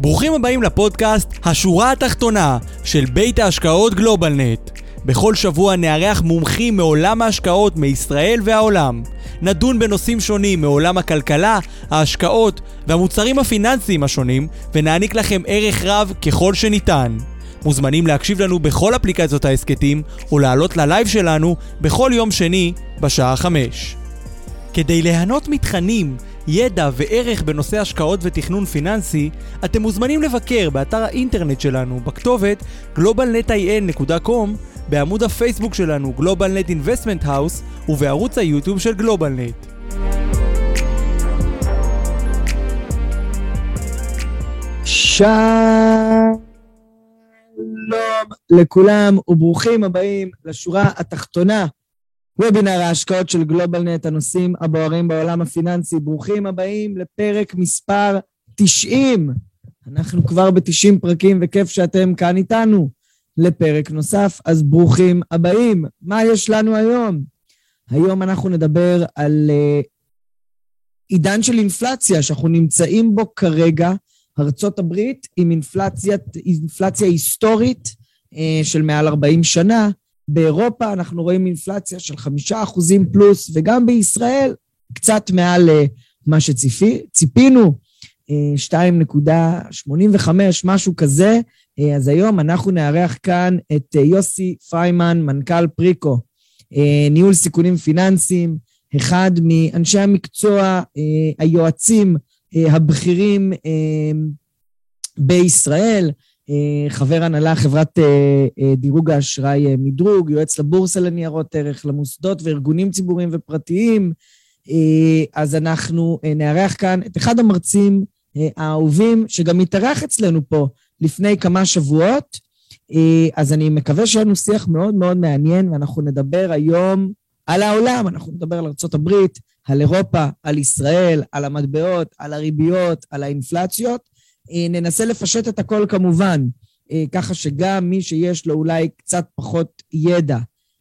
ברוכים הבאים לפודקאסט השורה התחתונה של בית ההשקעות גלובלנט. בכל שבוע נארח מומחים מעולם ההשקעות מישראל והעולם. נדון בנושאים שונים מעולם הכלכלה, ההשקעות והמוצרים הפיננסיים השונים, ונעניק לכם ערך רב ככל שניתן. מוזמנים להקשיב לנו בכל אפליקציות העסקתים, או לעלות ללייב שלנו בכל יום שני בשעה 5. כדי ליהנות מתכנים, ידע וערך בנושא השקעות ותכנון פיננסי, אתם מוזמנים לבקר באתר האינטרנט שלנו בכתובת globalnetin.com, בעמוד הפייסבוק שלנו GlobalNet Investment House ובערוץ היוטיוב של GlobalNet. שלום לכולם וברוכים הבאים לשורה התחתונה, וובינר ההשקעות של GlobalNet, הנושאים הבוערים בעולם הפיננסי. ברוכים הבאים לפרק מספר 90. אנחנו כבר ב-90 פרקים וכיף שאתם כאן איתנו לפרק נוסף, אז ברוכים הבאים. מה יש לנו היום? היום אנחנו נדבר על עידן של אינפלציה שאנחנו נמצאים בו כרגע. ארצות הברית עם אינפלציה היסטורית של מעל 40 שנה. באירופה אנחנו רואים אינפלציה של 5% פלוס, וגם בישראל קצת מעל מה שציפינו, 2.85, משהו כזה. אז היום אנחנו נארח כאן את יוסי פריימן, מנכ"ל פריקו, ניהול סיכונים פיננסיים, אחד מאנשי המקצוע, היועצים הבכירים בישראל, חבר הנהלה חברת דירוג האשראי מדרוג, יועץ לבורסה לניירות ערך, למוסדות וארגונים ציבוריים ופרטיים. אז אנחנו נארח כאן את אחד המרצים האהובים שגם מתארח אצלנו פה לפני כמה שבועות. אז אני מקווה שיהיה שיח מאוד מאוד מעניין, ואנחנו נדבר היום על העולם, אנחנו נדבר על ארצות הברית, על אירופה, על ישראל, על המטבעות, על הריביות, על האינפלציות. ננסה לפשט את הכל כמובן, ככה שגם מי שיש לו אולי קצת פחות ידע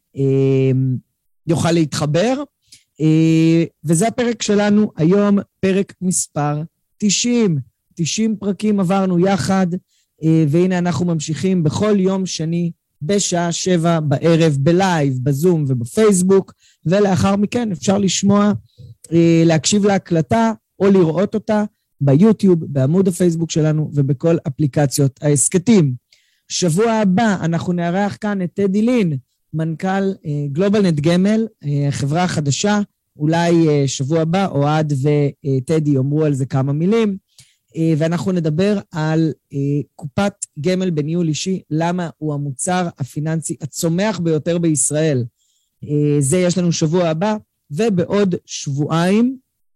יוכל להתחבר. וזה הפרק שלנו היום, פרק מספר 90. 90 פרקים עברנו יחד, והנה אנחנו ממשיכים בכל יום שני בשעה 7 בערב בלייב, בזום ובפייסבוק, ולאחר מכן אפשר לשמוע, להקשיב להקלטה או לראות אותה ביוטיוב, בעמוד הפייסבוק שלנו ובכל אפליקציות העסקתים. שבוע הבא אנחנו נארח כאן את טדי לין, מנכ"ל גלובלנט גמל, חברה חדשה. אולי שבוע הבא אוהד וטדי יאמרו על זה כמה מילים, ואנחנו נדבר על קופת גמל בניהול אישי, למה הוא המוצר הפיננסי הצומח ביותר בישראל. זה יש לנו שבוע הבא, ובעוד שבועיים,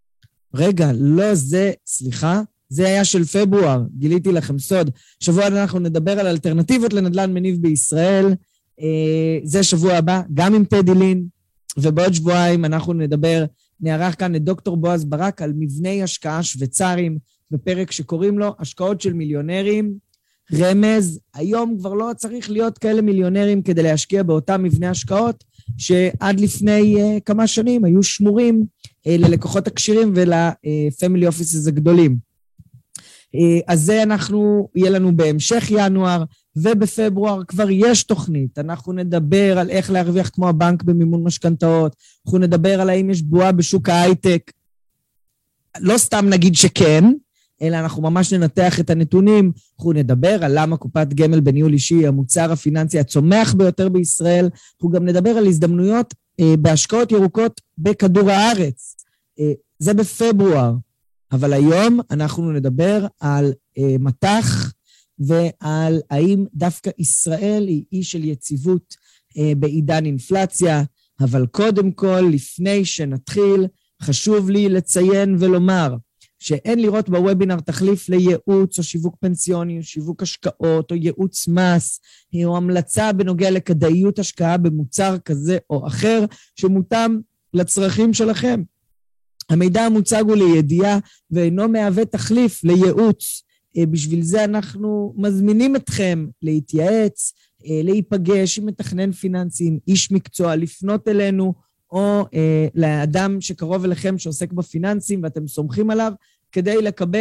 זה היה של פברואר, גיליתי לכם סוד. שבוע אנחנו נדבר על אלטרנטיבות לנדל"ן מניב בישראל, זה שבוע הבא, גם עם טדי לין, ובעוד שבועיים אנחנו נערך כאן את דוקטור בועז ברק על מבני השקעה שוויצריים, בפרק שקוראים לו השקעות של מיליונרים. רמז, היום כבר לא צריך להיות כאלה מיליונרים כדי להשקיע באותם מבני השקעות, שעד לפני כמה שנים היו שמורים ללקוחות הקשירים ולפמילי אופיסס הגדולים. אז זה יהיה לנו בהמשך ינואר, ובפברואר כבר יש תוכנית. אנחנו נדבר על איך להרוויח כמו הבנק במימון משכנתאות, אנחנו נדבר על האם יש בועה בשוק ההייטק, לא סתם נגיד שכן, אלא אנחנו ממש ננתח את הנתונים. אנחנו נדבר על למה קופת גמל בניהול אישי המוצר הפיננסי הצומח ביותר בישראל. אנחנו גם נדבר על הזדמנויות בהשקעות ירוקות בכדור הארץ. זה בפברואר. אבל היום אנחנו נדבר על מתח, ועל האם דווקא ישראל היא אי של יציבות בעידן אינפלציה. אבל קודם כל, לפני שנתחיל, חשוב לי לציין ולומר שאין לראות בוובינר תחליף לייעוץ או שיווק פנסיוני או שיווק השקעות או ייעוץ מס או המלצה בנוגע לכדאיות השקעה במוצר כזה או אחר שמותאם לצרכים שלכם. המידע המוצג הוא לידיעה ואינו מהווה תחליף לייעוץ. בשביל זה אנחנו מזמינים אתכם להתייעץ, להיפגש עם מתכנן פיננסי, עם איש מקצוע, לפנות אלינו או לאדם שקרוב אליכם שעוסק בפיננסים ואתם סומכים עליו, כדי לקבל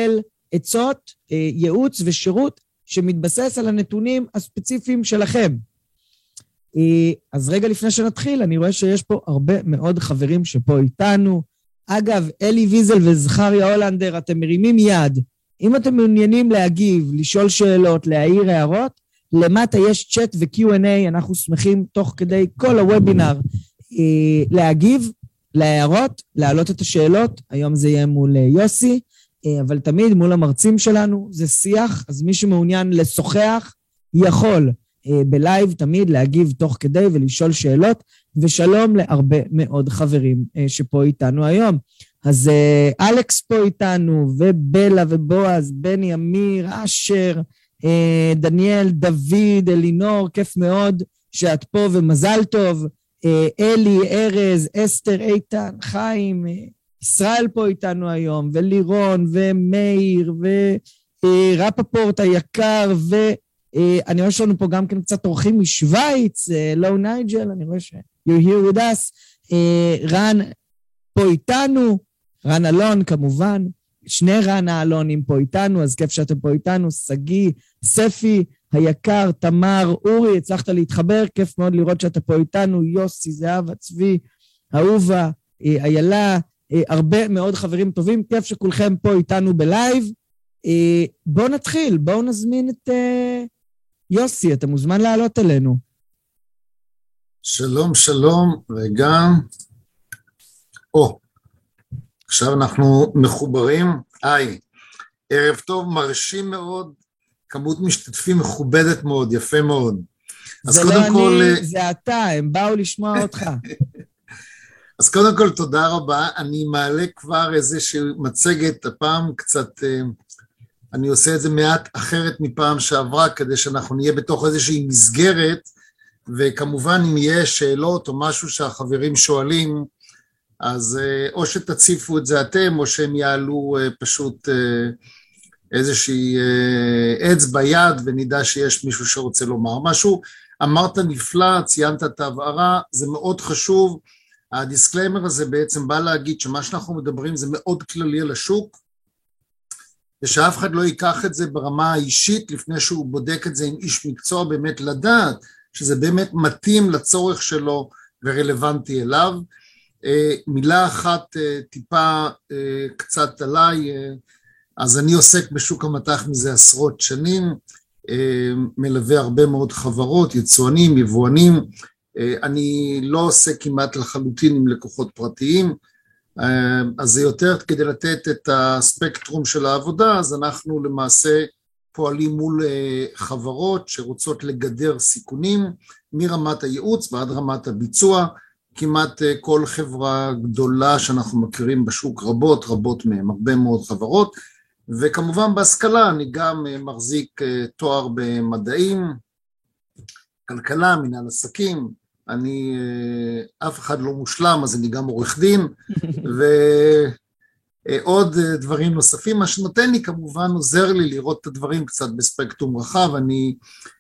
עצות, ייעוץ ושירות שמתבסס על הנתונים הספציפיים שלכם. אז רגע לפני שנתחיל, אני רואה שיש פה הרבה מאוד חברים שפה איתנו. אגב, אלי ויזל וזכריה הולנדר, אתם מרימים יד. אם אתם מעוניינים להגיב, לשאול שאלות, להעיר הערות, למטה יש צ'אט ו-Q&A, אנחנו שמחים תוך כדי כל הוובינר להגיב, להערות, להעלות את השאלות. היום זה יהיה מול יוסי, אבל תמיד מול המרצים שלנו זה שיח, אז מי שמעוניין לשוחח יכול בלייב תמיד להגיב תוך כדי ולשאול שאלות, ושלום להרבה מאוד חברים שפה איתנו היום. אז אלכס פה איתנו, ובלה ובועז, בני, אמיר, אשר, דניאל, דוד, אלינור, כיף מאוד שאת פה ומזל טוב, אלי, ארז, אסתר, איתן, חיים, ישראל פה איתנו היום, ולירון, ומאיר, ורפפורט היקר, ואני רואה שלנו פה גם כן קצת אורחים משוויץ, לואו נייג'ל, אני רואה you're here with us, רן פה איתנו, רן אלון כמובן, שני רן האלונים פה איתנו, אז כיף שאתם פה איתנו, סגי, ספי, היקר, תמר, אורי, הצלחת להתחבר, כיף מאוד לראות שאתה פה איתנו, יוסי, זהבה, צבי, אהובה, איילה, הרבה מאוד חברים טובים, כיף שכולכם פה איתנו בלייב. בואו נתחיל, בואו נזמין את יוסי, אתה מוזמן לעלות אלינו. שלום, שלום, רגע. עכשיו אנחנו מחוברים. היי, ערב טוב, מרשים מאוד, כמות משתתפים מכובדת מאוד, יפה מאוד. זה לא אני, זה אתה, הם באו לשמוע אותך. אז קודם כל תודה רבה, אני מעלה כבר איזושהי מצגת, הפעם קצת, אני עושה את זה מעט אחרת מפעם שעברה, כדי שאנחנו נהיה בתוך איזושהי מסגרת, וכמובן אם יהיה שאלות או משהו שהחברים שואלים, אז או שתציפו את זה אתם, או שהם יעלו פשוט איזושהי אצבע יד, ונדע שיש מישהו שרוצה לומר משהו. אמרת נפלא, ציינת את ההבהרה, זה מאוד חשוב. הדיסקליימר הזה בעצם בא להגיד שמה שאנחנו מדברים זה מאוד כללי על השוק, ושאף אחד לא ייקח את זה ברמה האישית, לפני שהוא בודק את זה עם איש מקצוע, באמת לדעת שזה באמת מתאים לצורך שלו ורלוונטי אליו. מילה אחת טיפה קצת עליי, אז אני עוסק בשוק המטח מזה עשרות שנים, מלווה הרבה מאוד חברות, יצואנים, יבואנים, אני לא עוסק כמעט לחלוטין עם לקוחות פרטיים, אז זה יותר כדי לתת את הספקטרום של העבודה, אז אנחנו למעשה פועלים מול חברות שרוצות לגדר סיכונים, מרמת הייעוץ ועד רמת הביצוע, כמעט כל חברה גדולה שאנחנו מכירים בשוק, רבות מהן, הרבה מאוד חברות, וכמובן בהשכלה אני גם מחזיק תואר במדעים, כלכלה, מנהל עסקים, אני, אף אחד לא מושלם, אז אני גם עורך דין, ועוד דברים נוספים, מה שנותן לי כמובן עוזר לי לראות את הדברים קצת בספקטרום רחב, אני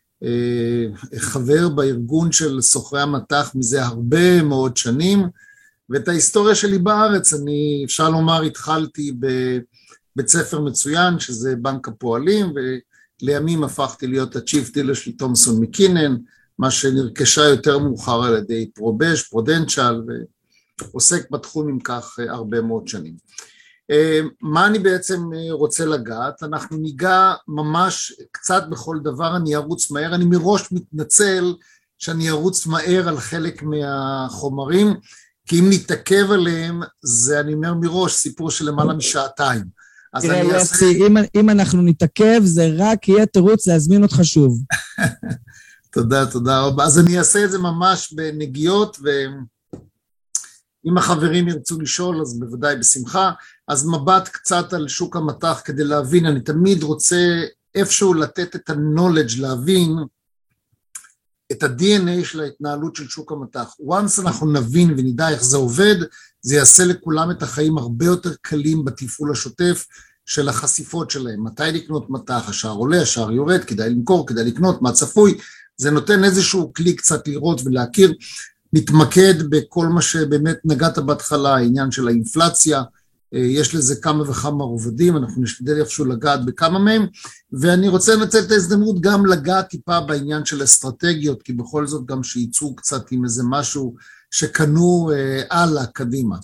חבר בארגון של סוחרי המטח מזה הרבה מאוד שנים, ואת ההיסטוריה שלי בארץ, אני אפשר לומר התחלתי בבית ספר מצוין, שזה בנק הפועלים, ולימים הפכתי להיות ה-Chief Dealer של תומסון מקינן, מה שנרכשה יותר מאוחר על ידי פרודנצ'ל, ועוסק בתחום עם כך הרבה מאוד שנים. מה אני בעצם רוצה לגעת? אנחנו ניגע ממש קצת בכל דבר, אני ארוץ מהר, אני מראש מתנצל שאני ארוץ מהר על חלק מהחומרים, כי אם נתעכב עליהם, זה אני אומר מראש סיפור של למעלה משעתיים. תראה יוסי, אם אנחנו נתעכב, זה רק יהיה תירוץ להזמין אותך שוב. תודה רבה. אז אני אעשה את זה ממש בנגיעות, ואם החברים ירצו לשאול, אז בוודאי בשמחה. אז מבט קצת על שוק המטח כדי להבין, אני תמיד רוצה איפשהו לתת את ה-knowledge, להבין את ה-DNA של ההתנהלות של שוק המטח. once אנחנו נבין ונדע איך זה עובד, זה יעשה לכולם את החיים הרבה יותר קלים בתפעול השוטף של החשיפות שלהם. מתי לקנות מטח, השער עולה, השער יורד, כדאי למכור, כדאי לקנות, מה צפוי, זה נותן איזשהו כלי קצת לראות ולהכיר, מתמקד בכל מה שבאמת נגעת בהתחלה, העניין של האינפלציה, יש לזה כמה וכמה רובדים, אנחנו נשתדל איפשהו לגעת בכמה מהם, ואני רוצה לנצל את ההזדמנות גם לגעת טיפה בעניין של אסטרטגיות, כי בכל זאת גם שיצאו קצת עם איזה משהו שקנו הלאה קדימה.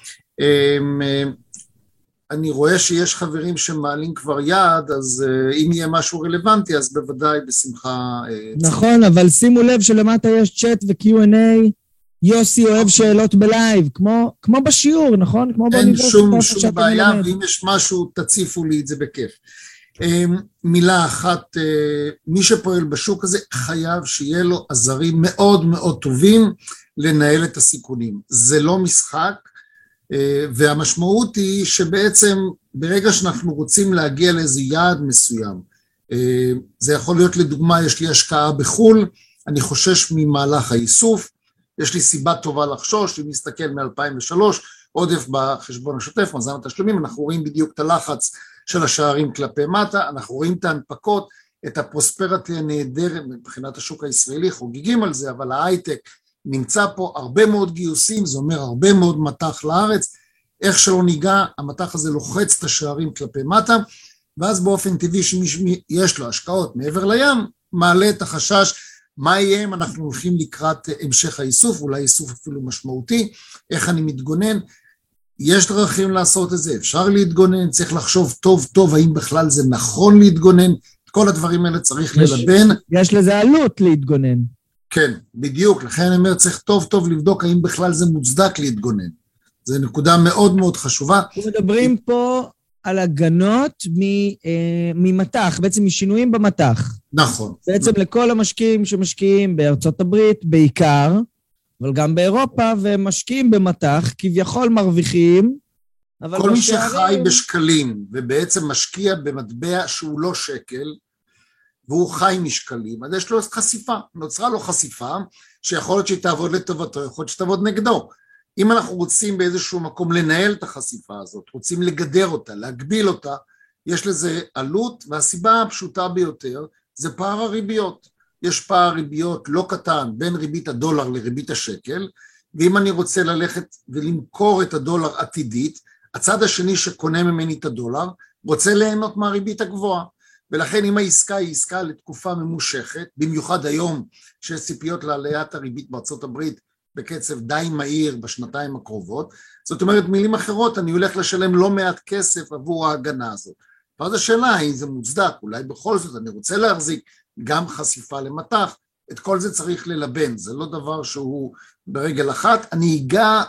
אני רואה שיש חברים שמעלים כבר יד, אז אם יהיה משהו רלוונטי, אז בוודאי בשמחה. נכון, אבל שימו לב שלמטה יש צ'אט ו-Q&A, יוסי אוהב שאלות בלייב, כמו בשיעור, נכון? כמו אין שום בעיה, ואם יש משהו, תציפו לי את זה בכיף. מילה אחת, מי שפועל בשוק הזה חייב שיהיה לו עזרים מאוד מאוד טובים לנהל את הסיכונים. זה לא משחק, והמשמעות היא שבעצם ברגע שאנחנו רוצים להגיע לאיזה יעד מסוים, זה יכול להיות לדוגמה, יש לי השקעה בחול, אני חושש ממהלך האיסוף, יש לי סיבה טובה לחשוש, אם נסתכל מ-2003, עודף בחשבון השוטף, מאזן התשלומים, אנחנו רואים בדיוק את הלחץ של השערים כלפי מטה, אנחנו רואים את ההנפקות, את הפרוספרטי הנהדרת מבחינת השוק הישראלי, חוגגים על זה, אבל ההייטק נמצא פה הרבה מאוד גיוסים, זה אומר הרבה מאוד מתח לארץ, איך שלא ניגע, המתח הזה לוחץ את השערים כלפי מטה, ואז באופן טבעי שמי יש לו השקעות מעבר לים, מעלה את החשש, מה יהיה אם אנחנו הולכים לקראת המשך האיסוף, אולי איסוף אפילו משמעותי, איך אני מתגונן, יש דרכים לעשות את זה, אפשר להתגונן, צריך לחשוב טוב טוב, האם בכלל זה נכון להתגונן, כל הדברים האלה צריך ללבן. יש לזה עלות להתגונן. כן, בדיוק, לכן אני אומר, צריך טוב טוב לבדוק האם בכלל זה מוצדק להתגונן. זו נקודה מאוד מאוד חשובה. אנחנו מדברים פה על הגנות ממתח, בעצם משינויים במתח. נכון. בעצם לכל המשקיעים שמשקיעים בארצות הברית בעיקר, אבל גם באירופה, ומשקיעים במתח, כביכול מרוויחים, כל מי שחי בשקלים, ובעצם משקיע במטבע שהוא לא שקל, והוא חי משקלים, אז יש לו חשיפה, נוצרה לו חשיפה, שיכול להיות שהיא תעבוד לטובתו, יכול להיות שתעבוד נגדו. אם אנחנו רוצים באיזשהו מקום לנהל את החשיפה הזאת, רוצים לגדר אותה, להגביל אותה, יש לזה עלות, והסיבה הפשוטה ביותר, זה פער הריביות. יש פער ריביות לא קטן בין ריבית הדולר לריבית השקל, ואם אני רוצה ללכת ולמכור את הדולר עתידית, הצד השני שקונה ממני את הדולר, רוצה ליהנות מהריבית הגבוהה. ולכן אם העסקה היא עסקה לתקופה ממושכת, במיוחד היום שיש ציפיות לעליית הריבית בארצות הברית בקצב די מהיר בשנתיים הקרובות, זאת אומרת מילים אחרות, אני הולך לשלם לא מעט כסף עבור ההגנה הזאת. ואז השאלה האם זה מוצדק, אולי בכל זאת אני רוצה להחזיק גם חשיפה למתח, את כל זה צריך ללבן, זה לא דבר שהוא ברגל אחת, אני אגע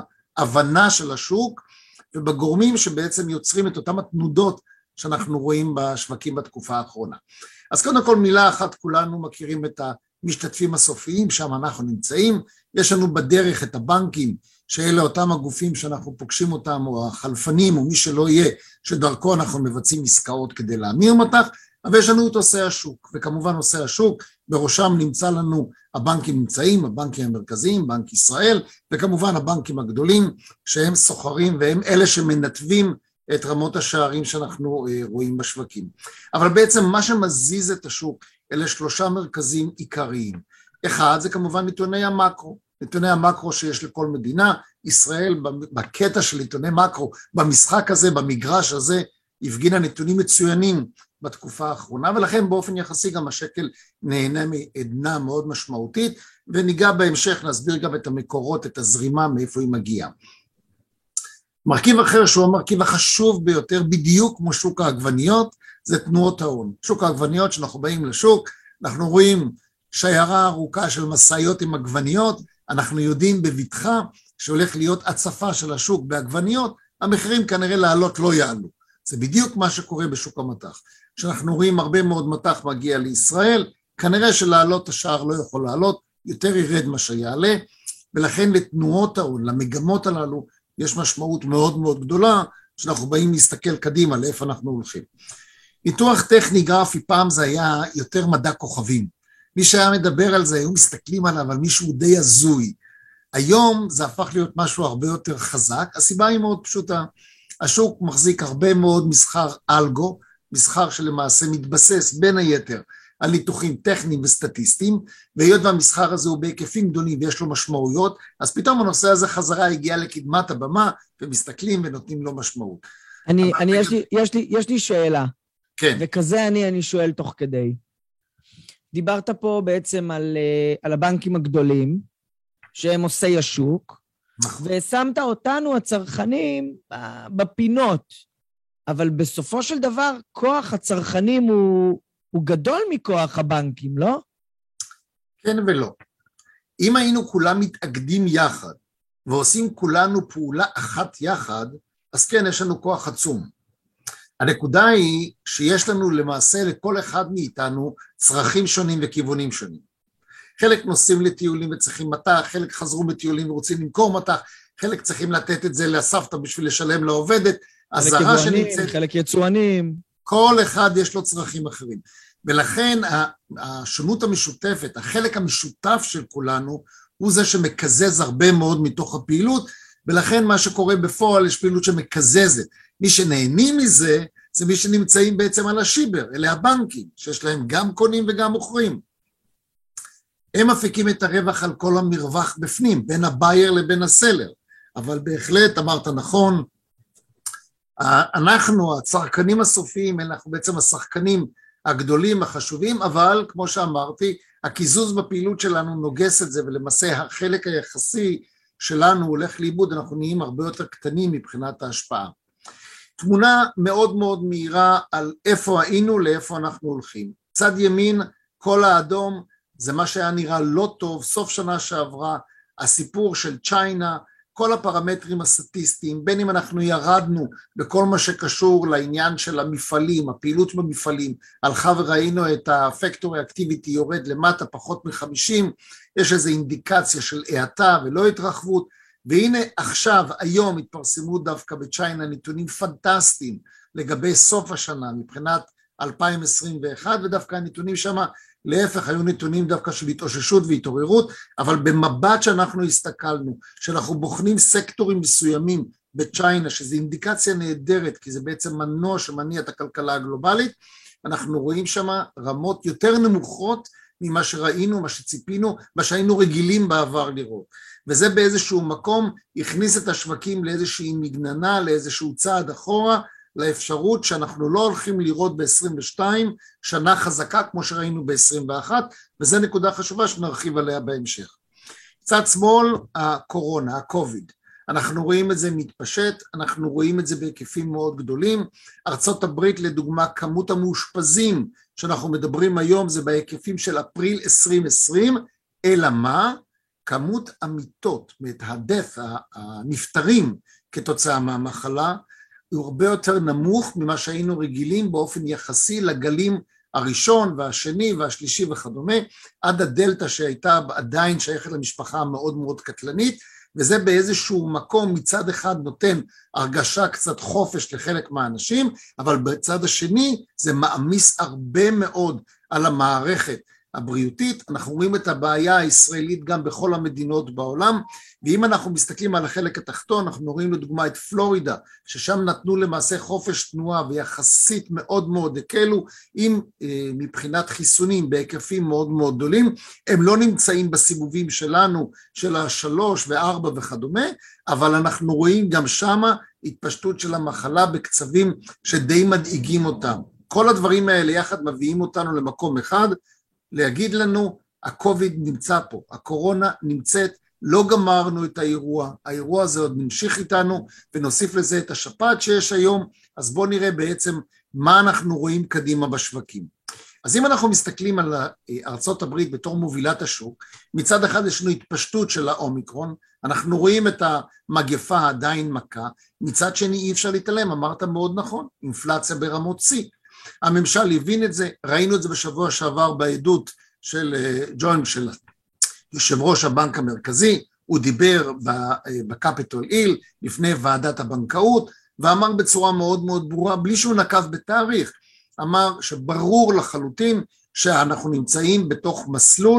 בהבנה של השוק ובגורמים שבעצם יוצרים את אותם התנודות שאנחנו רואים בשווקים בתקופה האחרונה. אז קודם כל מילה אחת, כולנו מכירים את המשתתפים הסופיים, שם אנחנו נמצאים, יש לנו בדרך את הבנקים, שאלה אותם הגופים שאנחנו פוגשים אותם, או החלפנים, או מי שלא יהיה, שדרכו אנחנו מבצעים עסקאות כדי להמיר מתח, אבל יש לנו את עושי השוק, וכמובן עושי השוק, בראשם נמצא לנו, הבנקים נמצאים, הבנקים המרכזיים, בנק ישראל, וכמובן הבנקים הגדולים, שהם סוחרים, והם אלה שמנתבים את רמות השערים שאנחנו רואים בשווקים. אבל בעצם מה שמזיז את השוק, אלה שלושה מרכזים עיקריים. אחד, זה כמובן נתוני המקרו, נתוני המקרו שיש לכל מדינה, ישראל בקטע של נתוני מקרו, במשחק הזה, במגרש הזה, הפגינה נתונים מצוינים בתקופה האחרונה, ולכן באופן יחסי גם השקל נהנה מעדנה מאוד משמעותית, וניגע בהמשך, נסביר גם את המקורות, את הזרימה, מאיפה היא מגיעה. מרכיב אחר שהוא המרכיב החשוב ביותר, בדיוק כמו שוק העגבניות, זה תנועות ההון. שוק העגבניות, שאנחנו באים לשוק, אנחנו רואים שיירה ארוכה של מסעיות עם עגבניות, אנחנו יודעים בבטחה שהולך להיות הצפה של השוק בעגבניות, המחירים כנראה לעלות לא יעלו. זה בדיוק מה שקורה בשוק המתח. כשאנחנו רואים הרבה מאוד מתח מגיע לישראל, כנראה שלעלות השער לא יכול לעלות, יותר ירד מה שיעלה, ולכן לתנועות ההון, למגמות הללו, יש משמעות מאוד מאוד גדולה, שאנחנו באים להסתכל קדימה לאיפה אנחנו הולכים. ניתוח טכני גרפי, פעם זה היה יותר מדע כוכבים. מי שהיה מדבר על זה, היו מסתכלים עליו, על מישהו די הזוי. היום זה הפך להיות משהו הרבה יותר חזק, הסיבה היא מאוד פשוטה. השוק מחזיק הרבה מאוד מסחר אלגו, מסחר שלמעשה מתבסס בין היתר על ניתוחים טכניים וסטטיסטיים, והיות והמסחר הזה הוא בהיקפים גדולים ויש לו משמעויות, אז פתאום הנושא הזה חזרה הגיע לקדמת הבמה, ומסתכלים ונותנים לו משמעות. יש לי שאלה. כן. וכזה אני שואל תוך כדי. דיברת פה בעצם על הבנקים הגדולים, שהם עושי השוק, ושמת אותנו הצרכנים בפינות, אבל בסופו של דבר כוח הצרכנים הוא גדול מכוח הבנקים, לא? כן ולא. אם היינו כולם מתאגדים יחד, ועושים כולנו פעולה אחת יחד, אז כן, יש לנו כוח עצום. הנקודה היא שיש לנו למעשה לכל אחד מאיתנו צרכים שונים וכיוונים שונים. חלק נוסעים לטיולים וצריכים מטח, חלק חזרו מטיולים ורוצים למכור מטח, חלק צריכים לתת את זה לסבתא בשביל לשלם לעובדת, חלק יצואנים. כל אחד יש לו צרכים אחרים. ולכן השונות המשותפת, החלק המשותף של כולנו, הוא זה שמקזז הרבה מאוד מתוך הפעילות, ולכן מה שקורה בפועל יש פעילות שמקזזת. מי שנהנים מזה, זה מי שנמצאים בעצם על השיבר, אלה הבנקים, שיש להם גם קונים וגם מוכרים. הם מפיקים את הרווח על כל המרווח בפנים, בין הבייר לבין הסלר, אבל בהחלט אמרת נכון, אנחנו, הצרכנים הסופיים, אנחנו בעצם השחקנים הגדולים, החשובים, אבל כמו שאמרתי, הקיזוז בפעילות שלנו נוגס את זה, ולמעשה החלק היחסי שלנו הולך לאיבוד, אנחנו נהיים הרבה יותר קטנים מבחינת ההשפעה. תמונה מאוד מאוד מהירה על איפה היינו, לאיפה אנחנו הולכים. צד ימין, כל האדום, זה מה שהיה נראה לא טוב, סוף שנה שעברה, הסיפור של צ'יינה, כל הפרמטרים הסטטיסטיים, בין אם אנחנו ירדנו בכל מה שקשור לעניין של המפעלים, הפעילות במפעלים, הלכה וראינו את ה-factory activity יורד למטה פחות מ-50, יש איזו אינדיקציה של האטה ולא התרחבות, והנה עכשיו, היום התפרסמו דווקא בצ'יינה נתונים פנטסטיים לגבי סוף השנה מבחינת 2021, ודווקא הנתונים שם להפך היו נתונים דווקא של התאוששות והתעוררות, אבל במבט שאנחנו הסתכלנו, שאנחנו בוחנים סקטורים מסוימים בצ'יינה, שזו אינדיקציה נהדרת, כי זה בעצם מנוע שמניע את הכלכלה הגלובלית, אנחנו רואים שם רמות יותר נמוכות ממה שראינו, מה שציפינו, מה שהיינו רגילים בעבר לראות. וזה באיזשהו מקום הכניס את השווקים לאיזושהי מגננה, לאיזשהו צעד אחורה, לאפשרות שאנחנו לא הולכים לראות ב-22 שנה חזקה כמו שראינו ב-21, וזו נקודה חשובה שנרחיב עליה בהמשך. צד שמאל, הקורונה, הקוביד. אנחנו רואים את זה מתפשט, אנחנו רואים את זה בהיקפים מאוד גדולים. ארצות הברית לדוגמה, כמות המאושפזים שאנחנו מדברים היום זה בהיקפים של אפריל 2020, אלא מה? כמות המיטות, הנפטרים כתוצאה מהמחלה, הוא הרבה יותר נמוך ממה שהיינו רגילים באופן יחסי לגלים הראשון והשני והשלישי וכדומה, עד הדלטה שהייתה עדיין שייכת למשפחה מאוד מאוד קטלנית, וזה באיזשהו מקום מצד אחד נותן הרגשה קצת חופש לחלק מהאנשים, אבל בצד השני זה מעמיס הרבה מאוד על המערכת הבריאותית. אנחנו רואים את הבעיה הישראלית גם בכל המדינות בעולם, ואם אנחנו מסתכלים על החלק התחתון, אנחנו רואים לדוגמה את פלורידה, ששם נתנו למעשה חופש תנועה ויחסית מאוד מאוד הקלו, עם מבחינת חיסונים בהיקפים מאוד מאוד גדולים, הם לא נמצאים בסיבובים שלנו, של ה3 ו4 וכדומה, אבל אנחנו רואים גם שמה התפשטות של המחלה בקצבים שדי מדאיגים אותם. כל הדברים האלה יחד מביאים אותנו למקום אחד, להגיד לנו, הקוביד נמצא פה, הקורונה נמצאת, לא גמרנו את האירוע הזה עוד נמשיך איתנו, ונוסיף לזה את השפעת שיש היום, אז בואו נראה בעצם מה אנחנו רואים קדימה בשווקים. אז אם אנחנו מסתכלים על ארצות הברית בתור מובילת השוק, מצד אחד יש לנו התפשטות של האומיקרון, אנחנו רואים את המגפה עדיין מכה, מצד שני אי אפשר להתעלם, אמרת מאוד נכון, אינפלציה ברמות שיא, הממשל הבין את זה, ראינו את זה בשבוע שעבר בעדות של ג'וין, של יושב ראש הבנק המרכזי, הוא דיבר בקפיטול היל לפני ועדת הבנקאות, ואמר בצורה מאוד מאוד ברורה, בלי שהוא נקב בתאריך, אמר שברור לחלוטין שאנחנו נמצאים בתוך מסלול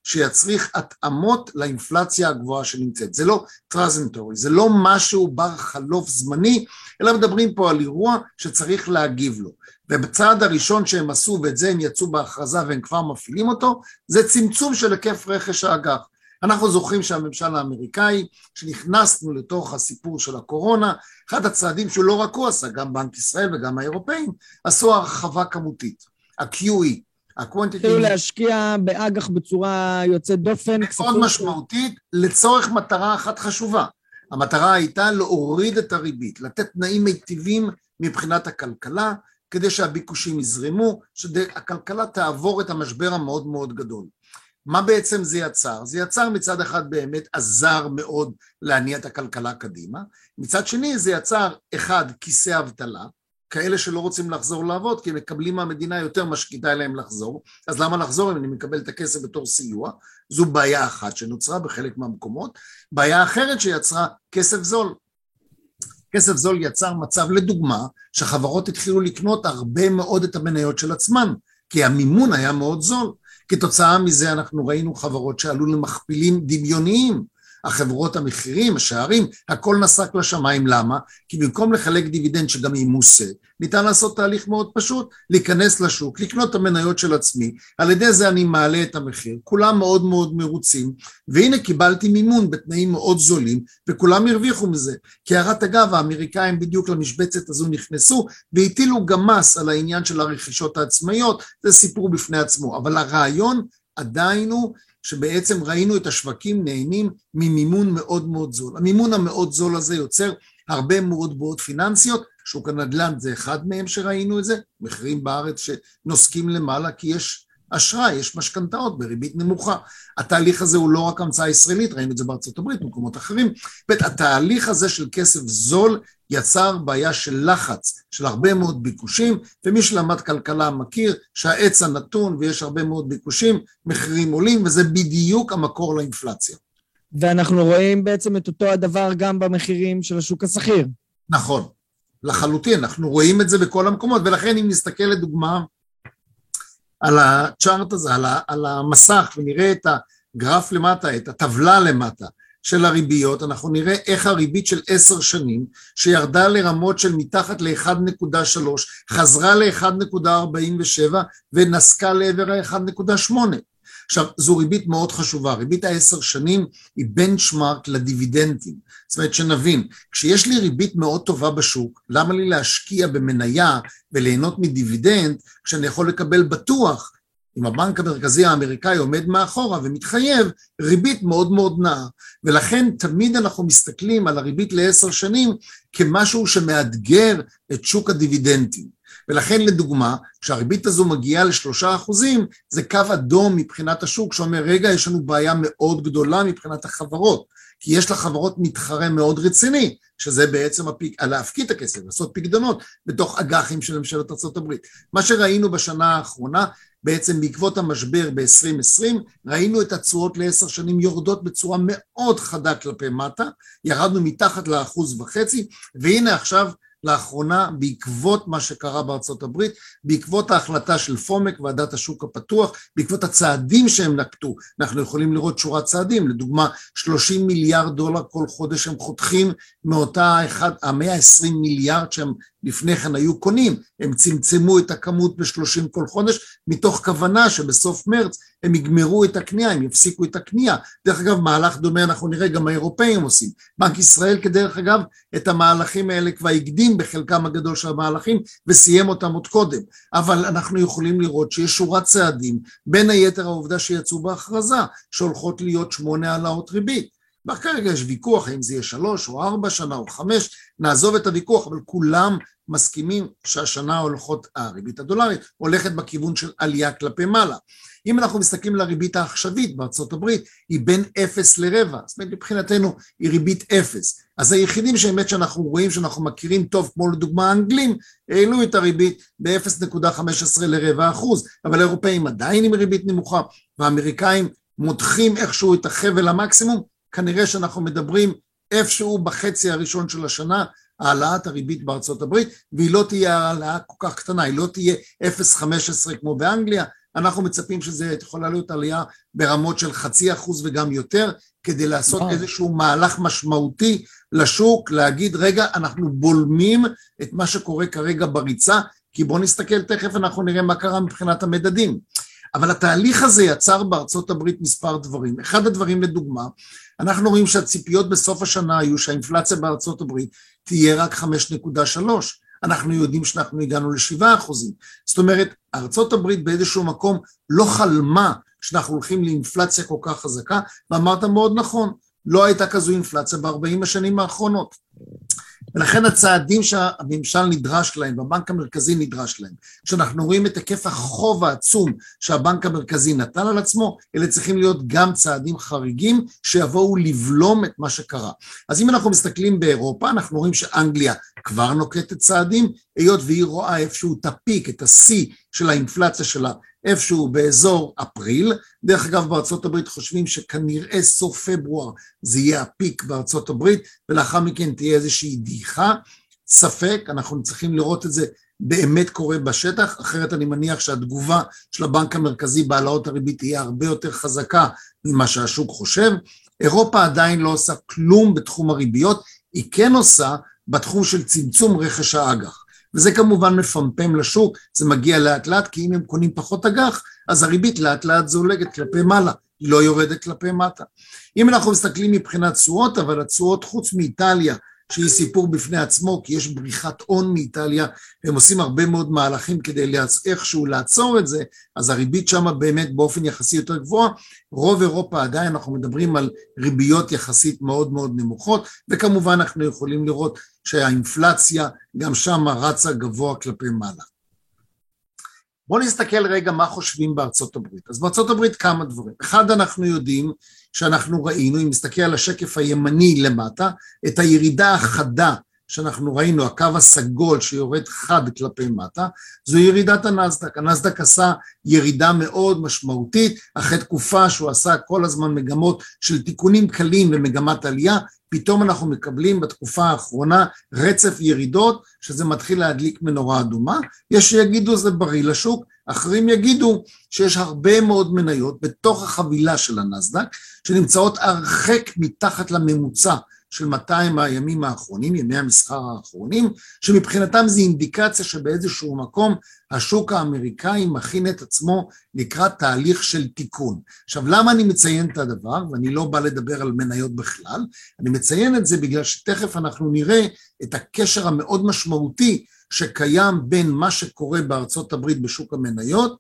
שיצריך התאמות לאינפלציה הגבוהה שנמצאת. זה לא טרנזיטורי, זה לא משהו בר חלוף זמני, אלא מדברים פה על אירוע שצריך להגיב לו. ובצעד הראשון שהם עשו, ואת זה הם יצאו בהכרזה והם כבר מפעילים אותו, זה צמצום של היקף רכש האג"ח. אנחנו זוכרים שהממשל האמריקאי, שנכנסנו לתוך הסיפור של הקורונה, אחד הצעדים שהוא לא רק הוא עשה, גם בנק ישראל וגם האירופאים, עשו הרחבה כמותית, ה-QE, התחילו להשקיע באג"ח בצורה יוצאת דופן. מאוד משמעותית, לצורך מטרה אחת חשובה. המטרה הייתה להוריד את הריבית, לתת תנאים מיטיבים מבחינת הכלכלה, כדי שהביקושים יזרמו, שהכלכלה תעבור את המשבר המאוד מאוד גדול. מה בעצם זה יצר? זה יצר מצד אחד באמת עזר מאוד להניע את הכלכלה קדימה, מצד שני זה יצר אחד כיסא אבטלה, כאלה שלא רוצים לחזור לעבוד, כי הם מקבלים מהמדינה יותר משקידה אליהם לחזור, אז למה לחזור אם אני מקבל את הכסף בתור סיוע? זו בעיה אחת שנוצרה בחלק מהמקומות, בעיה אחרת שיצרה כסף זול. כסף זול יצר מצב לדוגמה, שחברות התחילו לקנות הרבה מאוד את המניות של עצמן, כי המימון היה מאוד זול. כתוצאה מזה אנחנו ראינו חברות שעלו למכפילים דמיוניים, החברות המחירים, השערים, הכל נסק לשמיים. למה? כי במקום לחלק דיבידנד שגם ימוסה, ניתן לעשות תהליך מאוד פשוט, להיכנס לשוק, לקנות את המניות של עצמי, על ידי זה אני מעלה את המחיר, כולם מאוד מאוד מרוצים, והנה קיבלתי מימון בתנאים מאוד זולים, וכולם הרוויחו מזה. כי הערת אגב, האמריקאים בדיוק למשבצת הזו נכנסו, והטילו גם מס על העניין של הרכישות העצמאיות, זה סיפור בפני עצמו, אבל הרעיון עדיין הוא, שבעצם ראינו את השווקים נהנים ממימון מאוד מאוד זול. המימון המאוד זול הזה יוצר הרבה מאוד בעיות פיננסיות, שוק הנדל"ן זה אחד מהם שראינו את זה, מחירים בארץ שנוסקים למעלה כי יש אשראי, יש משכנתאות בריבית נמוכה. התהליך הזה הוא לא רק המצאה ישראלית, ראינו את זה בארצות הברית, במקומות אחרים, התהליך הזה של כסף זול יצר בעיה של לחץ, של הרבה מאוד ביקושים, ומי שלמד כלכלה מכיר שהעץ הנתון ויש הרבה מאוד ביקושים, מחירים עולים, וזה בדיוק המקור לאינפלציה. ואנחנו רואים בעצם את אותו הדבר גם במחירים של השוק הסחיר. נכון, לחלוטין, אנחנו רואים את זה בכל המקומות, ולכן אם נסתכל לדוגמה, על הצ'ארט הזה, על המסך, ונראה את הגרף למטה, את הטבלה למטה של הריביות, אנחנו נראה איך הריבית של 10 שנים, שירדה לרמות של מתחת ל-1.3, חזרה ל-1.47, ונסקה לעבר ה-1.8. עכשיו, זו ריבית מאוד חשובה, ריבית ה-10 שנים היא בנצ'מרק לדיבידנדים, זאת אומרת שנבין, כשיש לי ריבית מאוד טובה בשוק, למה לי להשקיע במניה וליהנות מדיבידנד, כשאני יכול לקבל בטוח, אם הבנק המרכזי האמריקאי עומד מאחורה ומתחייב, ריבית מאוד מאוד נאה, ולכן תמיד אנחנו מסתכלים על הריבית ל10 שנים, כמשהו שמאתגר את שוק הדיבידנדים. ולכן לדוגמה, כשהריבית הזו מגיעה ל3%, זה קו אדום מבחינת השוק, שאומר, רגע, יש לנו בעיה מאוד גדולה מבחינת החברות, כי יש לחברות מתחרה מאוד רציני, שזה בעצם להפקיד את הכסף, לעשות פקדונות בתוך אג"חים של ממשלת ארצות הברית. מה שראינו בשנה האחרונה, בעצם בעקבות המשבר ב-2020, ראינו את התשואות ל10 שנים יורדות בצורה מאוד חדה כלפי מטה, ירדנו מתחת ל1.5%, והנה עכשיו, לאחרונה, בעקבות מה שקרה בארצות הברית, בעקבות ההחלטה של פומק, ועדת השוק הפתוח, בעקבות הצעדים שהם נקטו, אנחנו יכולים לראות שורת צעדים, לדוגמה, 30 מיליארד דולר כל חודש הם חותכים מאותה ה-120 מיליארד שהם לפני כן היו קונים, הם צמצמו את הכמות ב-30 כל חודש, מתוך כוונה שבסוף מרץ הם יגמרו את הקנייה, הם יפסיקו את הקנייה. דרך אגב, מהלך דומה אנחנו נראה גם האירופאים עושים. בנק ישראל כדרך אגב, את המהלכים האלה כבר הקדים בחלקם הגדול של המהלכים, וסיים אותם עוד קודם. אבל אנחנו יכולים לראות שיש שורת צעדים, בין היתר העובדה שיצאו בהכרזה, שהולכות להיות 8 העלאות ריבית. וכרגע יש ויכוח, האם זה יהיה 3 או 4 שנה או 5, נעזוב את הוויכוח, אבל כולם מסכימים שהשנה הריבית הדולרית הולכת בכיוון של עלייה כלפי מעלה. אם אנחנו מסתכלים לריבית העכשווית בארצות הברית, היא בין 0 ל-0.25, זאת אומרת מבחינתנו היא ריבית 0. אז היחידים שבאמת שאנחנו רואים שאנחנו מכירים טוב, כמו לדוגמה האנגלים, העלו את הריבית ב-0.15 ל-0.25%, אבל האירופאים עדיין עם ריבית נמוכה, והאמריקאים מותחים איכשהו את החבל המקסימום, כנראה שאנחנו מדברים איפשהו בחצי הראשון של השנה, העלאת הריבית בארצות הברית, והיא לא תהיה העלאה כל כך קטנה, היא לא תהיה 0.15 כמו באנגליה, אנחנו מצפים שזה יכולה להיות עלייה ברמות של 0.5% וגם יותר, כדי לעשות איזשהו מהלך משמעותי לשוק, להגיד רגע אנחנו בולמים את מה שקורה כרגע בריצה, כי בואו נסתכל תכף אנחנו נראה מה קרה מבחינת המדדים. אבל התהליך הזה יצר בארצות הברית מספר דברים. אחד הדברים לדוגמה, אנחנו רואים שהציפיות בסוף השנה היו שהאינפלציה בארצות הברית תהיה רק 5.3, אנחנו יודעים שאנחנו הגענו ל7%. זאת אומרת, ארצות הברית באיזשהו מקום לא חלמה שאנחנו הולכים לאינפלציה כל כך חזקה, ואמרת מאוד נכון, לא הייתה כזו אינפלציה ב-40 השנים האחרונות. ולכן הצעדים שהממשל נדרש להם, והבנק המרכזי נדרש להם, כשאנחנו רואים את היקף החוב העצום שהבנק המרכזי נטל על עצמו, אלה צריכים להיות גם צעדים חריגים שיבואו לבלום את מה שקרה. אז אם אנחנו מסתכלים באירופה, אנחנו רואים שאנגליה כבר נוקטת צעדים, היות והיא רואה איפשהו את הפיק, את השיא של האינפלציה שלה, איפשהו באזור אפריל. דרך אגב, בארצות הברית חושבים שכנראה סוף פברואר זה יהיה הפיק בארצות הברית, ולאחר מכן תהיה איזושהי דעיכה. ספק, אנחנו צריכים לראות את זה באמת קורה בשטח, אחרת אני מניח שהתגובה של הבנק המרכזי בהעלאות הריבית תהיה הרבה יותר חזקה ממה שהשוק חושב. אירופה עדיין לא עושה כלום בתחום הריביות, היא כן עושה בתחום של צמצום רכש האג"ח. וזה כמובן מפמפם לשוק, זה מגיע לאט לאט, כי אם הם קונים פחות אג"ח, אז הריבית לאט לאט זולגת כלפי מעלה, היא לא יורדת כלפי מטה. אם אנחנו מסתכלים מבחינת תשואות, אבל התשואות חוץ מאיטליה, שהיא סיפור בפני עצמו, כי יש בריחת הון מאיטליה, הם עושים הרבה מאוד מהלכים כדי איכשהו לעצור את זה, אז הריבית שם באמת באופן יחסי יותר גבוה, רוב אירופה עדיין אנחנו מדברים על ריביות יחסית מאוד מאוד נמוכות, וכמובן אנחנו יכולים לראות שהאינפלציה גם שם רצה גבוה כלפי מעלה. בואו נסתכל רגע מה חושבים בארצות הברית. אז בארצות הברית כמה דברים. אחד, אנחנו יודעים שאנחנו ראינו, אם נסתכל על השקף הימני למטה, את הירידה החדה שאנחנו ראינו, הקו הסגול שיורד חד כלפי מטה, זו ירידת הנסדק. הנסדק עשה ירידה מאוד משמעותית, אחרי תקופה שהוא עשה כל הזמן מגמות של תיקונים קלים ומגמת עלייה, פתאום אנחנו מקבלים בתקופה האחרונה רצף ירידות, שזה מתחיל להדליק מנורה אדומה. יש שיגידו זה בריא לשוק, אחרים יגידו שיש הרבה מאוד מניות בתוך החבילה של הנסדק, שנמצאות הרחק מתחת לממוצע של 200 הימים האחרונים, ימי המסחר האחרונים, שמבחינתם זה אינדיקציה שבאיזשהו מקום השוק האמריקאי מכין את עצמו לקראת תהליך של תיקון. עכשיו, למה אני מציין את הדבר, ואני לא בא לדבר על מניות בכלל, אני מציין את זה בגלל שתכף אנחנו נראה את הקשר המאוד משמעותי שקיים בין מה שקורה בארצות הברית בשוק המניות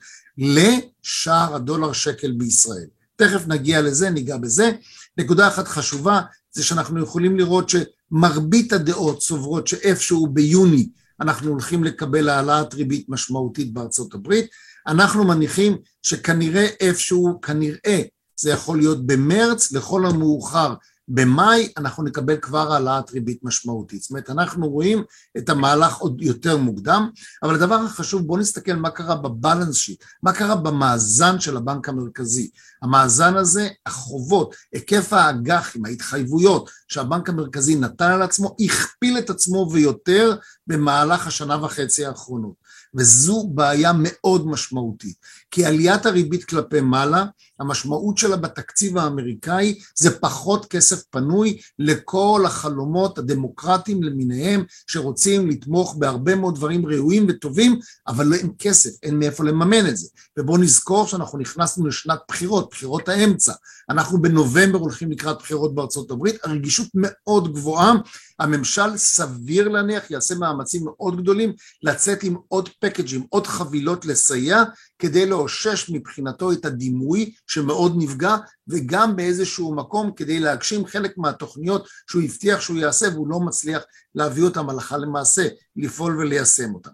לשער הדולר שקל בישראל. תכף נגיע לזה, ניגע בזה. נקודה אחת חשובה, זה שאנחנו יכולים לראות שמרבית הדעות סוברות שאיפשהו ביוני אנחנו הולכים לקבל העלאת ריבית משמעותית בארצות הברית, אנחנו מניחים שכנראה איפשהו, כנראה זה יכול להיות במרץ, לכל המאוחר במאי, אנחנו נקבל כבר העלאת ריבית משמעותית. זאת אומרת, אנחנו רואים את המהלך עוד יותר מוקדם, אבל הדבר החשוב, בואו נסתכל מה קרה בבלנס שיט, מה קרה במאזן של הבנק המרכזי. המאזן הזה, החובות, היקף האג"חים, ההתחייבויות שהבנק המרכזי נתן על עצמו, הכפיל את עצמו ויותר במהלך השנה וחצי האחרונות. וזו בעיה מאוד משמעותית, כי עליית הריבית כלפי מעלה, המשמעות שלה בתקציב האמריקאי זה פחות כסף פנוי לכל החלומות הדמוקרטיים למיניהם שרוצים לתמוך בהרבה מאוד דברים ראויים וטובים, אבל אין כסף, אין מאיפה לממן את זה. ובואו נזכור שאנחנו נכנסנו לשנת בחירות, בחירות האמצע, אנחנו בנובמבר הולכים לקראת בחירות בארצות הברית, הרגישות מאוד גבוהה, הממשל סביר להניח יעשה מאמצים מאוד גדולים לצאת עם עוד פקאג'ים, עוד חבילות לסייע, כדי לאושש מבחינתו את הדימוי שמאוד נפגע, וגם באיזשהו מקום כדי להגשים חלק מהתוכניות שהוא הבטיח שהוא יעשה, והוא לא מצליח להביא אותם הלכה למעשה, לפעול וליישם אותם.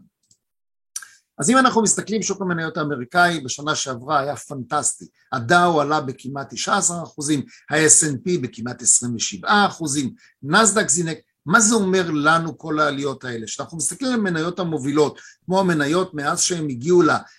אז אם אנחנו מסתכלים, שוק המניות האמריקאי בשנה שעברה היה פנטסטי, הדאו עלה בכמעט 19%, ה-S&P בכמעט 27%, נסדק זינק. מה זה אומר לנו כל העליות האלה? שאנחנו מסתכלים על מניות המובילות, כמו המניות מאז שהם הגיעו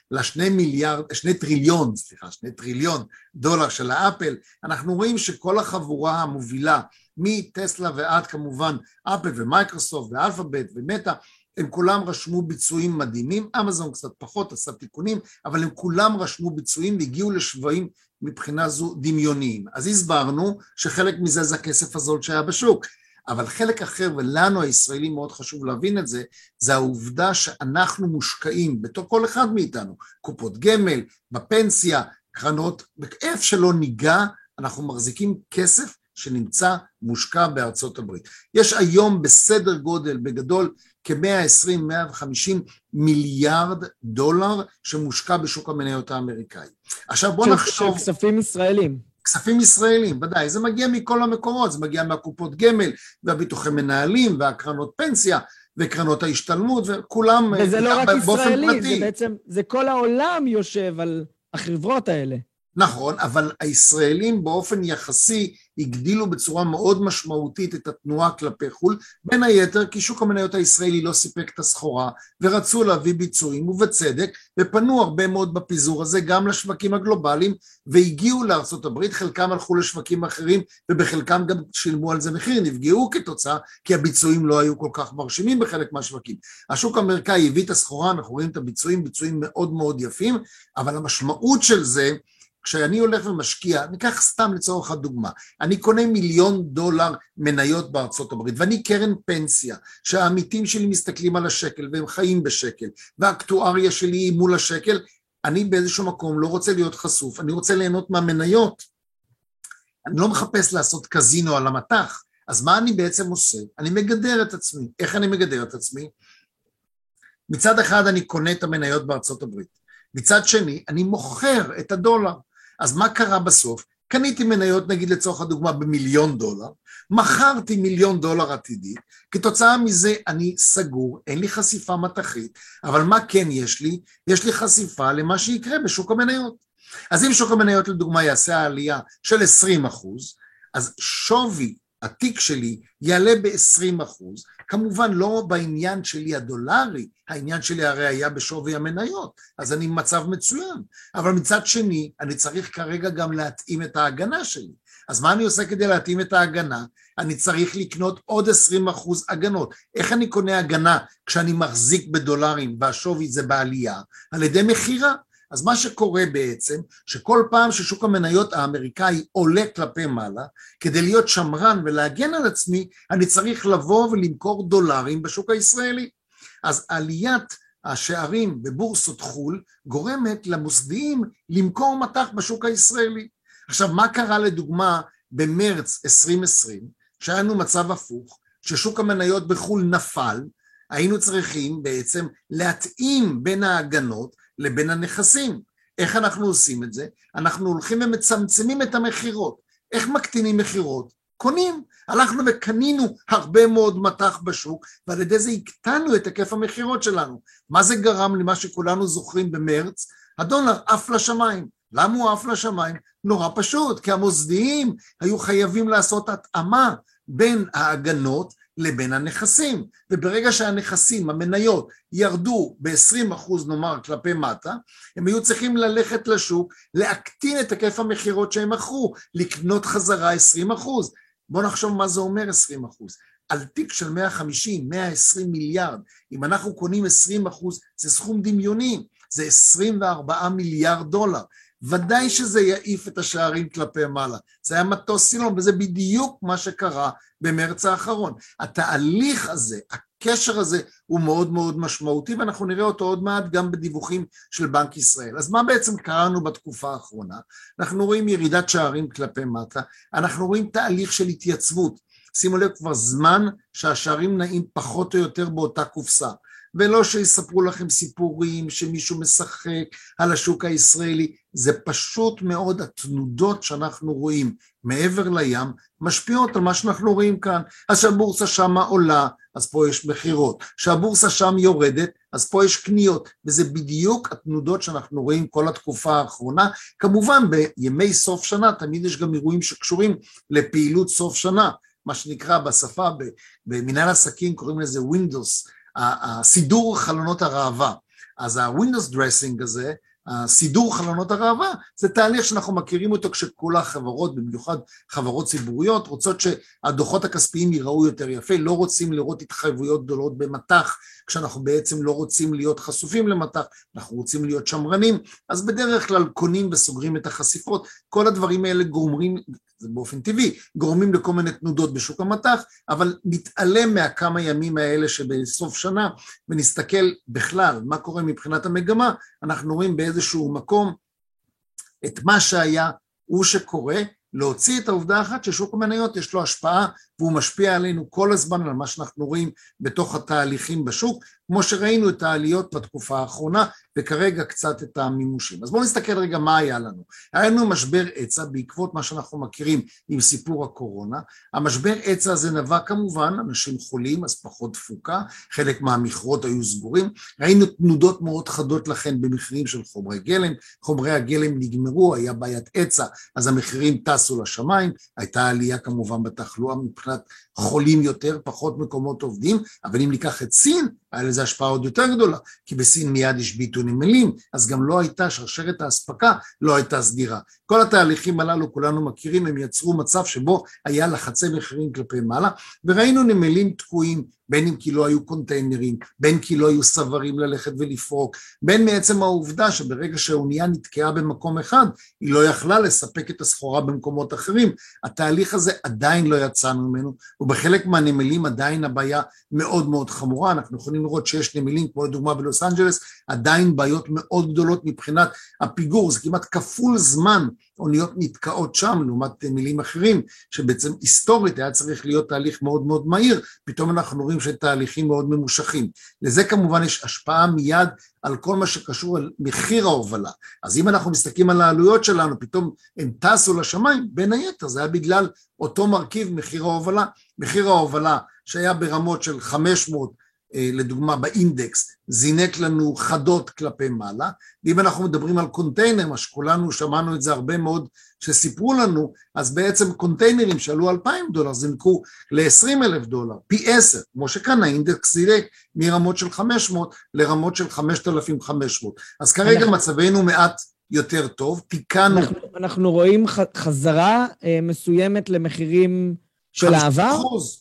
ל2 טריליון דולר של האפל, אנחנו רואים שכל החבורה המובילה, מטסלה ועד כמובן אפל ומייקרוסופט ואלפאבית ומטה, הם כולם רשמו ביצועים מדהימים, אמזון קצת פחות, עשה תיקונים, אבל הם כולם רשמו ביצועים והגיעו לשווים מבחינה זו דמיוניים. אז הסברנו שחלק מזה זה הכסף הזול שהיה בשוק, אבל חלק אחר, ולנו הישראלים מאוד חשוב להבין את זה, זה העובדה שאנחנו מושקעים, בתור כל אחד מאיתנו, קופות גמל, בפנסיה, קרנות, איפה שלא ניגע, אנחנו מחזיקים כסף שנמצא מושקע בארצות הברית. יש היום בסדר גודל, בגדול, כ-120-150 מיליארד דולר שמושקע בשוק המניות האמריקאי. עכשיו בוא נחשוב... כספים ישראלים. כספים ישראלים, ודאי, זה מגיע מכל המקורות, זה מגיע מהקופות גמל, והביטוחי מנהלים, והקרנות פנסיה, וקרנות ההשתלמות, וכולם... וזה לא רק ישראלי, זה בעצם, זה כל העולם יושב על החברות האלה. נכון, אבל הישראלים באופן יחסי הגדילו בצורה מאוד משמעותית את התנועה כלפי חו"ל, בין היתר כי שוק המניות הישראלי לא סיפק את הסחורה, ורצו להביא ביצועים ובצדק, ופנו הרבה מאוד בפיזור הזה גם לשווקים הגלובליים, והגיעו לארצות הברית, חלקם הלכו לשווקים אחרים, ובחלקם גם שילמו על זה מחיר, נפגעו כתוצאה, כי הביצועים לא היו כל כך מרשימים בחלק מהשווקים. השוק האמריקאי הביא את הסחורה, אנחנו רואים את הביצועים, ביצועים מאוד מאוד יפים, אבל המשמעות של זה, כשאני הולך ומשקיע, ניקח סתם לצורך הדוגמה, אני קונה $1,000,000 מניות בארצות הברית, ואני קרן פנסיה, שהעמיתים שלי מסתכלים על השקל, והם חיים בשקל, והאקטואריה שלי היא מול השקל, אני באיזשהו מקום לא רוצה להיות חשוף, אני רוצה ליהנות מהמניות, אני לא מחפש לעשות קזינו על המטח, אז מה אני בעצם עושה? אני מגדר את עצמי. איך אני מגדר את עצמי? מצד אחד אני קונה את המניות בארצות הברית, מצד שני אני מוכר את הדולר. אז מה קרה בסוף? קניתי מניות נגיד לצורך הדוגמה ב$1,000,000, מכרתי $1,000,000 עתידי, כתוצאה מזה אני סגור, אין לי חשיפה מתחית, אבל מה כן יש לי? יש לי חשיפה למה שיקרה בשוק המניות. אז אם שוק המניות לדוגמה יעשה העלייה של 20%, אז שווי התיק שלי יעלה ב-20%, כמובן לא בעניין שלי הדולרי, העניין שלי הרי היה בשווי המניות, אז אני במצב מצוין, אבל מצד שני אני צריך כרגע גם להתאים את ההגנה שלי, אז מה אני עושה כדי להתאים את ההגנה? אני צריך לקנות עוד 20% הגנות. איך אני קונה הגנה כשאני מחזיק בדולרים והשווי זה בעלייה? על ידי מחירה. אז מה שקורה בעצם, שכל פעם ששוק המניות האמריקאי עולה כלפי מעלה, כדי להיות שמרן ולהגן על עצמי, אני צריך לבוא ולמכור דולרים בשוק הישראלי. אז עליית השערים בבורסות חול גורמת למוסדיים למכור מטח בשוק הישראלי. עכשיו, מה קרה לדוגמה במרץ 2020, שהיינו מצב הפוך, ששוק המניות בחול נפל, היינו צריכים בעצם להתאים בין ההגנות לבין הנכסים. איך אנחנו עושים את זה? אנחנו הולכים ומצמצמים את המחירות. איך מקטינים מחירות? קונים. הלכנו וקנינו הרבה מאוד מטח בשוק, ועל ידי זה הקטנו את היקף המחירות שלנו. מה זה גרם למה שכולנו זוכרים במרץ? הדולר עף לשמיים. למה הוא עף לשמיים? נורא פשוט, כי המוסדיים היו חייבים לעשות התאמה בין ההגנות לבין הנכסים, וברגע שהנכסים, המניות, ירדו ב-20% נאמר כלפי מטה, הם היו צריכים ללכת לשוק, להקטין את היקף המחירות שהם מכרו, לקנות חזרה 20%. בואו נחשוב מה זה אומר 20%. על תיק של 150, 120 מיליארד, אם אנחנו קונים 20%, זה סכום דמיוני, זה 24 מיליארד דולר. ודאי שזה יעיף את השערים כלפי מעלה. זה היה מטוס סילון, וזה בדיוק מה שקרה במרץ האחרון. התהליך הזה, הקשר הזה הוא מאוד מאוד משמעותי, ואנחנו נראה אותו עוד מעט גם בדיווחים של בנק ישראל. אז מה בעצם קראנו בתקופה האחרונה? אנחנו רואים ירידת שערים כלפי מטה, אנחנו רואים תהליך של התייצבות. שימו לב, כבר זמן שהשערים נעים פחות או יותר באותה קופסה. ולא שיספרו לכם סיפורים שמישהו משחק על השוק הישראלי, זה פשוט מאוד התנודות שאנחנו רואים מעבר לים, משפיעות על מה שאנחנו רואים כאן. אז שהבורסה שמה עולה, אז פה יש מחירות, שהבורסה שם יורדת, אז פה יש קניות, וזה בדיוק התנודות שאנחנו רואים כל התקופה האחרונה. כמובן בימי סוף שנה, תמיד יש גם אירועים שקשורים לפעילות סוף שנה, מה שנקרא בשפה, במנהל עסקים קוראים לזה Windows, הסידור חלונות הראווה. אז ה-Windows dressing הזה, הסידור חלונות הראווה, זה תהליך שאנחנו מכירים אותו כשכל החברות, במיוחד חברות ציבוריות, רוצות שהדוחות הכספיים ייראו יותר יפה, לא רוצים לראות התחייבויות גדולות במטח, כשאנחנו בעצם לא רוצים להיות חשופים למטח, אנחנו רוצים להיות שמרנים, אז בדרך כלל קונים וסוגרים את החשיפות, כל הדברים האלה גורמים, זה באופן טבעי, גורמים לכל מיני תנודות בשוק המטח, אבל נתעלם מהכמה ימים האלה שבסוף שנה, ונסתכל בכלל מה קורה מבחינת המגמה, אנחנו רואים באיזשהו מקום את מה שהיה הוא שקורה, להוציא את העובדה אחת ששוק המניות יש לו השפעה, והוא משפיע עלינו כל הזמן על מה שאנחנו רואים בתוך התהליכים בשוק, כמו שראינו את העליות בתקופה האחרונה, וכרגע קצת את המימושים. אז בואו נסתכל רגע מה היה לנו. היה לנו משבר היצע בעקבות מה שאנחנו מכירים עם סיפור הקורונה. המשבר היצע הזה נבע כמובן, אנשים חולים, אז פחות תפוקה, חלק מהמכרות היו סגורים, ראינו תנודות מאוד חדות לכן במחירים של חומרי גלם, חומרי הגלם נגמרו, היה בעיית היצע, אז המחירים טסו לשמיים, הייתה עלייה כמובן בתחלואה מבחינת חולים יותר, פחות מקומות עובדים, אבל אם ניקח את סין, היה לזה השפעה עוד יותר גדולה, כי בסין מיד השביתו נמלים, אז גם לא הייתה שרשרת האספקה, לא הייתה סדירה. כל התהליכים הללו כולנו מכירים, הם יצרו מצב שבו היה לחצי מחירים כלפי מעלה, וראינו נמלים תקועים, בין אם כי לא היו קונטיינרים, בין כי לא היו סברים ללכת ולפרוק, בין מעצם העובדה שברגע שהאונייה נתקעה במקום אחד, היא לא יכלה לספק את הסחורה במקומות אחרים, התהליך הזה עדיין לא יצאנו ממנו, ובחלק מהנמלים עדיין הבעיה מאוד מאוד חמורה, אנחנו יכולים לראות שיש נמלים, כמו לדוגמה בלוס אנג'לס, עדיין בעיות מאוד גדולות מבחינת הפיגור, זה כמעט כפול זמן, אוניות נתקעות שם, לעומת נמלים אחרים, שבעצם היסטורית היה צריך להיות תהליך מאוד מאוד מהיר, פתאום אנחנו רואים שתהליכים מאוד ממושכים. לזה כמובן יש השפעה מיד על כל מה שקשור על מחיר ההובלה. אז אם אנחנו מסתכלים על העלויות שלנו, פתאום הם טסו לשמיים, בין היתר, זה היה בגלל אותו מרכיב מחיר ההובלה. מחיר ההובלה שהיה ברמות של 500, לדוגמה באינדקס, זינק לנו חדות כלפי מעלה, ואם אנחנו מדברים על קונטיינר, מה שכולנו שמענו את זה הרבה מאוד שסיפרו לנו, אז בעצם קונטיינרים שעלו $2,000 זינקו ל$20,000, פי 10, כמו שכאן האינדקס זינק מרמות של 500 לרמות של 5,500, אז כרגע מצבנו מעט יותר טוב, תיקנו. אנחנו רואים חזרה מסוימת למחירים של העבר?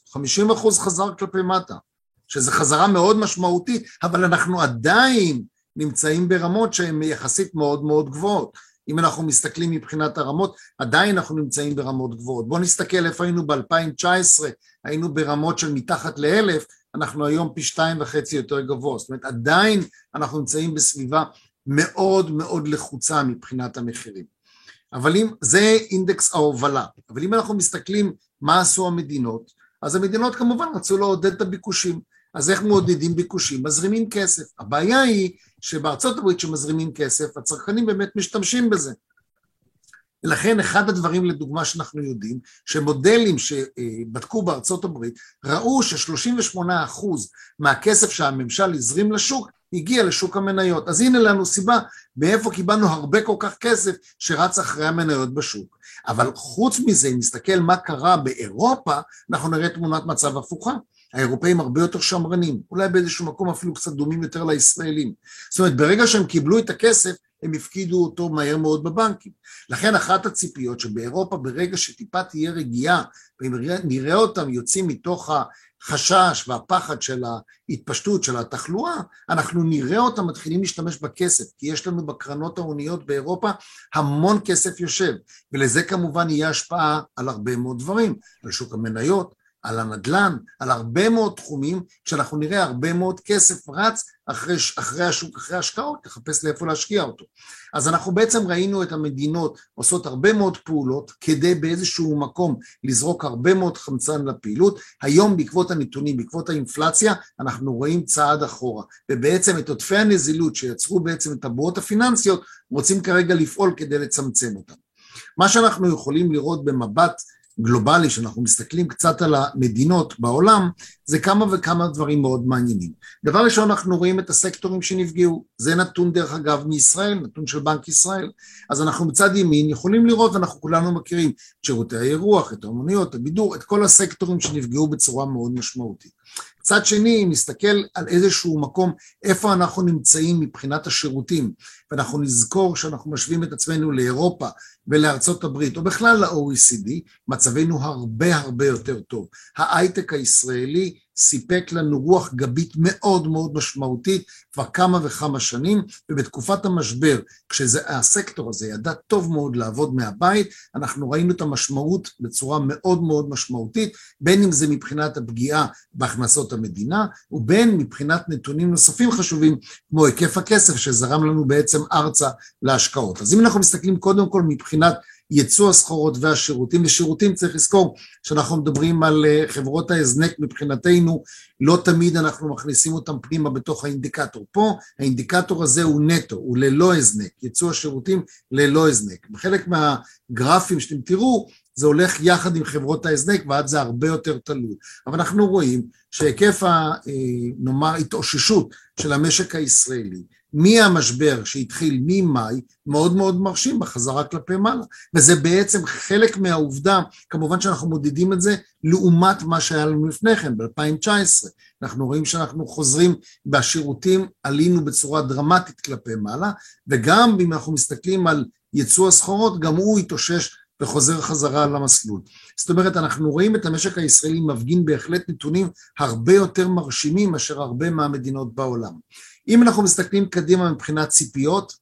50% חזר כלפי מטה. שזה חזרה מאוד משמעותית, אבל אנחנו עדיין נמצאים ברמות שהן יחסית מאוד מאוד גבוהות. אם אנחנו מסתכלים מבחינת הרמות, עדיין אנחנו נמצאים ברמות גבוהות. בואו נסתכל איפה היינו ב-2019, היינו ברמות של מתחת ל-1,000, אנחנו היום פי 2.5 יותר גבוה. זאת אומרת, עדיין אנחנו נמצאים בסביבה מאוד מאוד לחוצה מבחינת המחירים. אבל אם, זה אינדקס ההובלה. אבל אם אנחנו מסתכלים מה עשו המדינות, אז המדינות כמובן רצו לעודד את הביקושים. אז איך מעודדים ביקושים? מזרימים כסף. הבעיה היא שבארצות הברית שמזרימים כסף, הצרכנים באמת משתמשים בזה. ולכן אחד הדברים לדוגמה שאנחנו יודעים, שמודלים שבדקו בארצות הברית, ראו ש38% מהכסף שהממשל הזרים לשוק, הגיע לשוק המניות. אז הנה לנו סיבה, באיפה קיבלנו הרבה כל כך כסף שרץ אחרי המניות בשוק. אבל חוץ מזה, אם נסתכל מה קרה באירופה, אנחנו נראה תמונת מצב הפוכה. האירופאים הרבה יותר שמרנים, אולי באיזשהו מקום אפילו קצת דומים יותר לישראלים. זאת אומרת, ברגע שהם קיבלו את הכסף, הם הפקידו אותו מהר מאוד בבנקים. לכן אחת הציפיות שבאירופה ברגע שטיפה תהיה רגיעה, ונראה אותם יוצאים מתוך החשש והפחד של ההתפשטות של התחלואה, אנחנו נראה אותם מתחילים להשתמש בכסף, כי יש לנו בקרנות ההוניות באירופה המון כסף יושב, ולזה כמובן יהיה השפעה על הרבה מאוד דברים, על שוק המניות, על הנדלן, על הרבה מאוד תחומים, כשאנחנו נראה הרבה מאוד כסף רץ אחרי השוק, אחרי ההשקעות, לחפש לאיפה להשקיע אותו. אז אנחנו בעצם ראינו את המדינות עושות הרבה מאוד פעולות, כדי באיזשהו מקום לזרוק הרבה מאוד חמצן לפעילות. היום בעקבות הנתונים, בעקבות האינפלציה, אנחנו רואים צעד אחורה, ובעצם את עודפי הנזילות שיצרו בעצם את הבועות הפיננסיות, רוצים כרגע לפעול כדי לצמצם אותם. מה שאנחנו יכולים לראות במבט גלובלי, שאנחנו מסתכלים קצת על המדינות בעולם, זה כמה וכמה דברים מאוד מעניינים. דבר ראשון, אנחנו רואים את הסקטורים שנפגעו, זה נתון דרך אגב מישראל, נתון של בנק ישראל, אז אנחנו מצד ימין יכולים לראות, ואנחנו כולנו מכירים, את שירותי האירוח, את האמנויות, הבידור, את כל הסקטורים שנפגעו בצורה מאוד משמעותית. צד שני, אם נסתכל על איזשהו מקום, איפה אנחנו נמצאים מבחינת השירותים, ואנחנו נזכור שאנחנו משווים את עצמנו לאירופה ולארצות הברית, או בכלל ל-OECD, מצבנו הרבה הרבה יותר טוב. ההייטק הישראלי סיפק לנו רוח גבית מאוד מאוד משמעותית כבר כמה וכמה שנים, ובתקופת המשבר, כשהסקטור הזה ידע טוב מאוד לעבוד מהבית, אנחנו ראינו את המשמעות בצורה מאוד מאוד משמעותית, בין אם זה מבחינת הפגיעה בהכנסות המדינה, ובין מבחינת נתונים נוספים חשובים, כמו היקף הכסף שזרם לנו בעצם ארצה להשקעות. אז אם אנחנו מסתכלים קודם כל מבחינת ייצוא הסחורות והשירותים, ושירותים צריך לזכור שאנחנו מדברים על חברות ההזנק מבחינתנו, לא תמיד אנחנו מכניסים אותם פנימה בתוך האינדיקטור. פה האינדיקטור הזה הוא נטו, הוא ללא הזנק, ייצוא השירותים ללא הזנק. בחלק מהגרפים שאתם תראו, זה הולך יחד עם חברות ההזנק, ועד זה הרבה יותר תלוי. אבל אנחנו רואים שהיקף נאמר התאוששות של המשק הישראלי, מהמשבר שהתחיל ממאי, מאוד מאוד מרשים בחזרה כלפי מעלה, וזה בעצם חלק מהעובדה, כמובן שאנחנו מודדים את זה, לעומת מה שהיה לנו לפני כן, ב-2019, אנחנו רואים שאנחנו חוזרים בשירותים, עלינו בצורה דרמטית כלפי מעלה, וגם אם אנחנו מסתכלים על ייצוא הסחורות, גם הוא התאושש וחוזר חזרה למסלול. זאת אומרת, אנחנו רואים את המשק הישראלי מפגין בהחלט נתונים הרבה יותר מרשימים מאשר הרבה מהמדינות בעולם. אם אנחנו מסתכלים קדימה מבחינת ציפיות,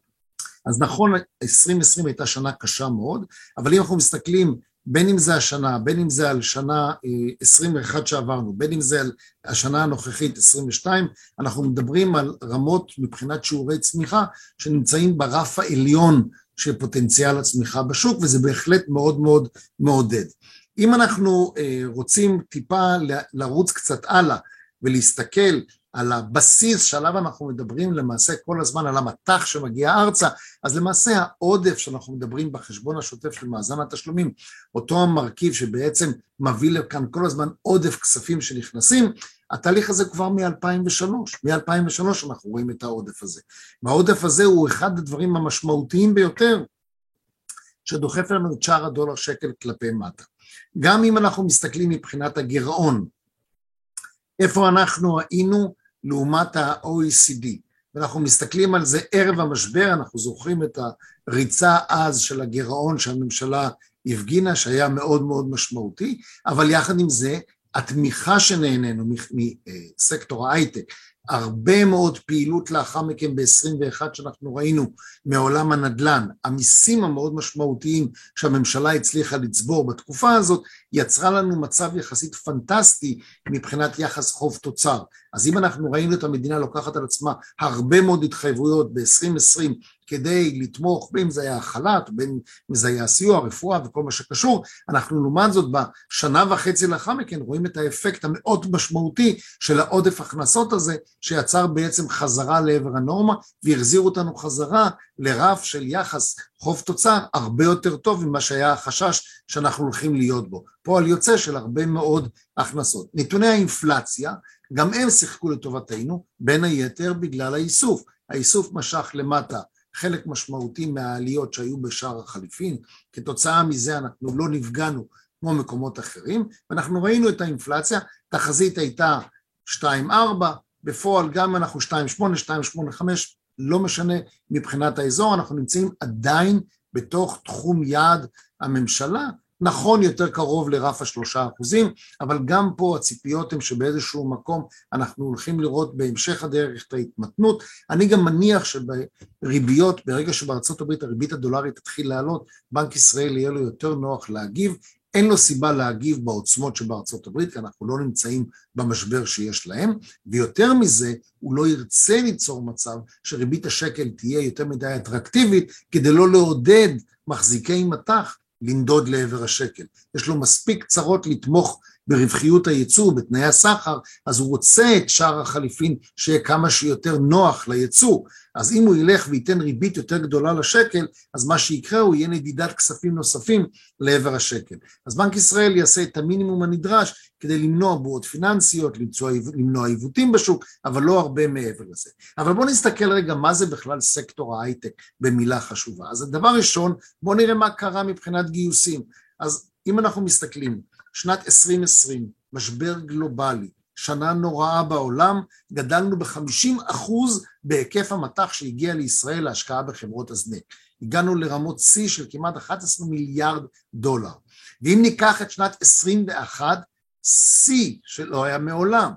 אז נכון, 2020 הייתה שנה קשה מאוד, אבל אם אנחנו מסתכלים בין אם זה השנה, בין אם זה על שנה 21 שעברנו, בין אם זה על השנה הנוכחית 22, אנחנו מדברים על רמות מבחינת שיעורי צמיחה שנמצאים ברף העליון של פוטנציאל הצמיחה בשוק, וזה בהחלט מאוד מאוד מעודד. אם אנחנו רוצים טיפה לרוץ קצת הלאה ולהסתכל על הבסיס שעליו אנחנו מדברים למעשה כל הזמן, על המתח שמגיע ארצה, אז למעשה העודף שאנחנו מדברים בחשבון השוטף של מאזן התשלומים, אותו המרכיב שבעצם מביא לכאן כל הזמן עודף כספים שנכנסים, התהליך הזה כבר מ-2003 אנחנו רואים את העודף הזה. והעודף הזה הוא אחד הדברים המשמעותיים ביותר, שדוחף לנו את שער הדולר שקל כלפי מטה. גם אם אנחנו מסתכלים מבחינת הגירעון, איפה אנחנו היינו לעומת ה-OECD, ואנחנו מסתכלים על זה ערב המשבר, אנחנו זוכרים את הריצה אז של הגירעון שהממשלה הפגינה, שהיה מאוד מאוד משמעותי, אבל יחד עם זה, התמיכה שנהנינו מסקטור ההייטק, הרבה מאוד פעילות לאחר מכן ב-21 שאנחנו ראינו מעולם הנדל"ן, המיסים המאוד משמעותיים שהממשלה הצליחה לצבור בתקופה הזאת, יצרה לנו מצב יחסית פנטסטי מבחינת יחס חוב תוצר. אז אם אנחנו ראינו את המדינה לוקחת על עצמה הרבה מאוד התחייבויות ב-2020 כדי לתמוך, בין אם זה היה החל"ת, בין אם זה היה הסיוע, הרפואה וכל מה שקשור, אנחנו לעומת זאת בשנה וחצי לאחר מכן רואים את האפקט המאוד משמעותי של העודף הכנסות הזה, שיצר בעצם חזרה לעבר הנורמה, והחזיר אותנו חזרה לרף של יחס חוב תוצר הרבה יותר טוב ממה שהיה החשש שאנחנו הולכים להיות בו. פועל יוצא של הרבה מאוד הכנסות. נתוני האינפלציה, גם הם שיחקו לטובתנו, בין היתר בגלל האיסוף. האיסוף משך למטה חלק משמעותי מהעליות שהיו בשער החליפין, כתוצאה מזה אנחנו לא נפגענו כמו מקומות אחרים, ואנחנו ראינו את האינפלציה, תחזית הייתה 2.4, בפועל גם אנחנו 2.8, 2.85, לא משנה מבחינת האזור, אנחנו נמצאים עדיין בתוך תחום יעד הממשלה, נכון יותר קרוב לרף 3%, אבל גם פה הציפיות הן שבאיזשהו מקום אנחנו הולכים לראות בהמשך הדרך את ההתמתנות. אני גם מניח שבריביות, ברגע שבארצות הברית הריבית הדולרית תתחיל לעלות, בנק ישראל יהיה לו יותר נוח להגיב, אין לו סיבה להגיב בעוצמות שבארצות הברית, כי אנחנו לא נמצאים במשבר שיש להם, ויותר מזה, הוא לא ירצה ליצור מצב שריבית השקל תהיה יותר מדי אטרקטיבית, כדי לא לעודד מחזיקי מטח לנדוד לעבר השקל. יש לו מספיק צרות לתמוך ברווחיות הייצוא, בתנאי הסחר, אז הוא רוצה את שער החליפין שיהיה כמה שיותר נוח לייצוא. אז אם הוא ילך וייתן ריבית יותר גדולה לשקל, אז מה שיקרה הוא יהיה נדידת כספים נוספים לעבר השקל. אז בנק ישראל יעשה את המינימום הנדרש כדי למנוע בועות פיננסיות, למנוע עיוותים בשוק, אבל לא הרבה מעבר לזה. אבל בואו נסתכל רגע מה זה בכלל סקטור ההייטק במילה חשובה. אז הדבר ראשון, בואו נראה מה קרה מבחינת גיוסים. אז אם אנחנו מסתכלים, שנת 2020, משבר גלובלי, שנה נוראה בעולם, גדלנו ב-50% בהיקף המטח שהגיע לישראל להשקעה בחברות הזנק. הגענו לרמות שיא של כמעט 11 מיליארד דולר. ואם ניקח את שנת 21, שיא שלא היה מעולם,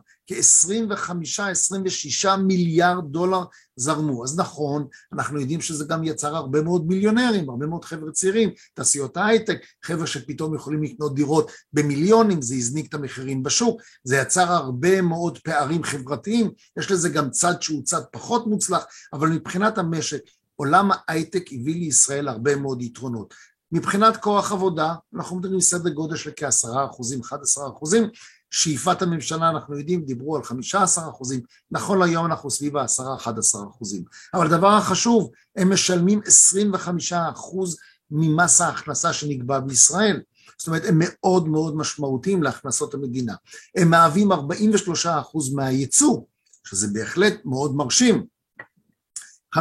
כ-25-26 מיליארד דולר זרמו. אז נכון, אנחנו יודעים שזה גם יצר הרבה מאוד מיליונרים, הרבה מאוד חבר'ה צעירים, תעשיות ההייטק, חבר'ה שפתאום יכולים לקנות דירות במיליונים, זה הזניק את המחירים בשוק, זה יצר הרבה מאוד פערים חברתיים, יש לזה גם צד שהוא צד פחות מוצלח, אבל מבחינת המשק, עולם ההייטק הביא לישראל הרבה מאוד יתרונות. מבחינת כוח עבודה, אנחנו מדברים סדר גודל של כ10%, 11%, שאיפת הממשלה, אנחנו יודעים, דיברו על 15%, נכון להיום אנחנו סביב 10-11%. אבל הדבר החשוב, הם משלמים 25% ממס ההכנסה שנקבע בישראל. זאת אומרת, הם מאוד מאוד משמעותיים להכנסות המדינה. הם מהווים 43% מהייצוא, שזה בהחלט מאוד מרשים. 15%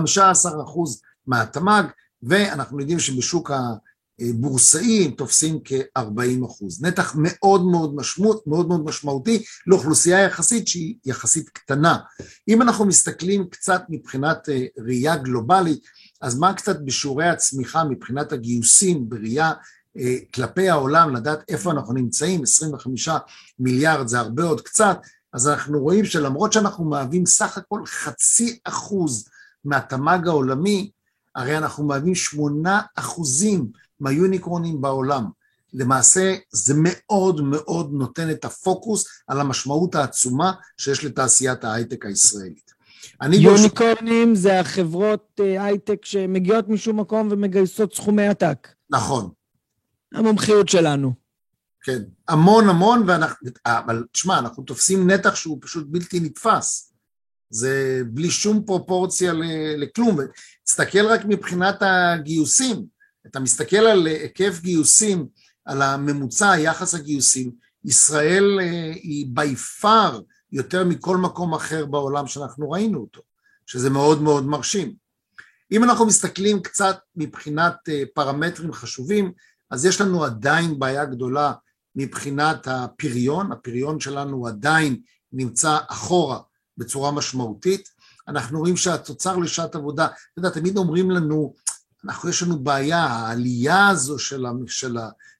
מהתמ"ג, ואנחנו יודעים שבשוק בורסאיים תופסים כ-40%. נתח מאוד מאוד משמעותי לאוכלוסייה יחסית שהיא יחסית קטנה. אם אנחנו מסתכלים קצת מבחינת ראייה גלובלית, אז מה קצת בשיעורי הצמיחה מבחינת הגיוסים בראייה כלפי העולם, לדעת איפה אנחנו נמצאים, 25 מיליארד זה הרבה עוד קצת, אז אנחנו רואים שלמרות שאנחנו מהווים סך הכל 0.5% מהתמ"ג העולמי, הרי אנחנו מהווים 8% מהיוניקורנים בעולם. למעשה זה מאוד מאוד נותן את הפוקוס על המשמעות העצומה שיש לתעשיית ההייטק הישראלית. יוניקורנים זה החברות הייטק שמגיעות משום מקום ומגייסות סכומי עתק. נכון. המומחיות שלנו. כן, המון, אבל תשמע, אנחנו תופסים נתח שהוא פשוט בלתי נתפס. זה בלי שום פרופורציה לכלום. תסתכל רק מבחינת הגיוסים, אתה מסתכל על היקף גיוסים, על הממוצע, יחס הגיוסים, ישראל היא by far יותר מכל מקום אחר בעולם שאנחנו ראינו אותו, שזה מאוד מאוד מרשים. אם אנחנו מסתכלים קצת מבחינת פרמטרים חשובים, אז יש לנו עדיין בעיה גדולה מבחינת הפריון שלנו עדיין נמצא אחורה בצורה משמעותית, אנחנו רואים שהתוצר לשעת עבודה, אתה יודע, תמיד אומרים לנו, יש לנו בעיה, העלייה הזו של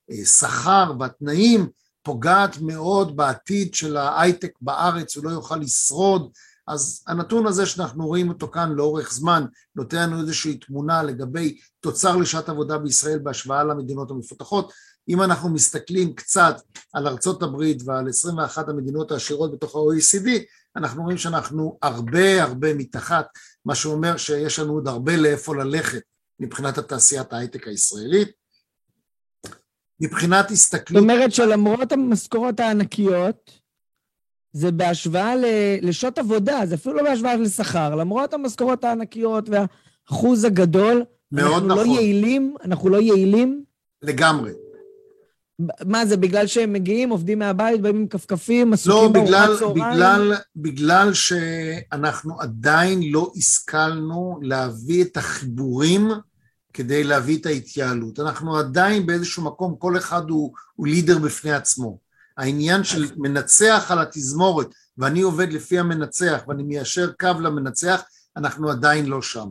השכר והתנאים פוגעת מאוד בעתיד של ההייטק בארץ, הוא לא יוכל לשרוד, אז הנתון הזה שאנחנו רואים אותו כאן לאורך זמן, נותן לנו איזושהי תמונה לגבי תוצר לשעת עבודה בישראל בהשוואה למדינות המפותחות. אם אנחנו מסתכלים קצת על ארצות הברית ועל 21 המדינות העשירות בתוך ה-OECD, אנחנו רואים שאנחנו הרבה מתחת, מה שאומר שיש לנו עוד הרבה לאיפה ללכת מבחינת התעשיית ההייטק הישראלית. מבחינת הסתכלות... זאת אומרת שלמרות המשכורות הענקיות, זה בהשוואה לשעות עבודה, זה אפילו לא בהשוואה לשכר, למרות המשכורות הענקיות והאחוז הגדול, מאוד נכון. אנחנו לא יעילים? לגמרי. מה זה, בגלל שהם מגיעים, עובדים מהבית, באים עם כפכפים, עסוקים בארוחת צהריים? בגלל שאנחנו עדיין לא השכלנו להביא את החיבורים כדי להביא את ההתייעלות. אנחנו עדיין באיזשהו מקום, כל אחד הוא לידר בפני עצמו. העניין של מנצח על התזמורת, ואני עובד לפי המנצח, ואני מיישר קו למנצח, אנחנו עדיין לא שם.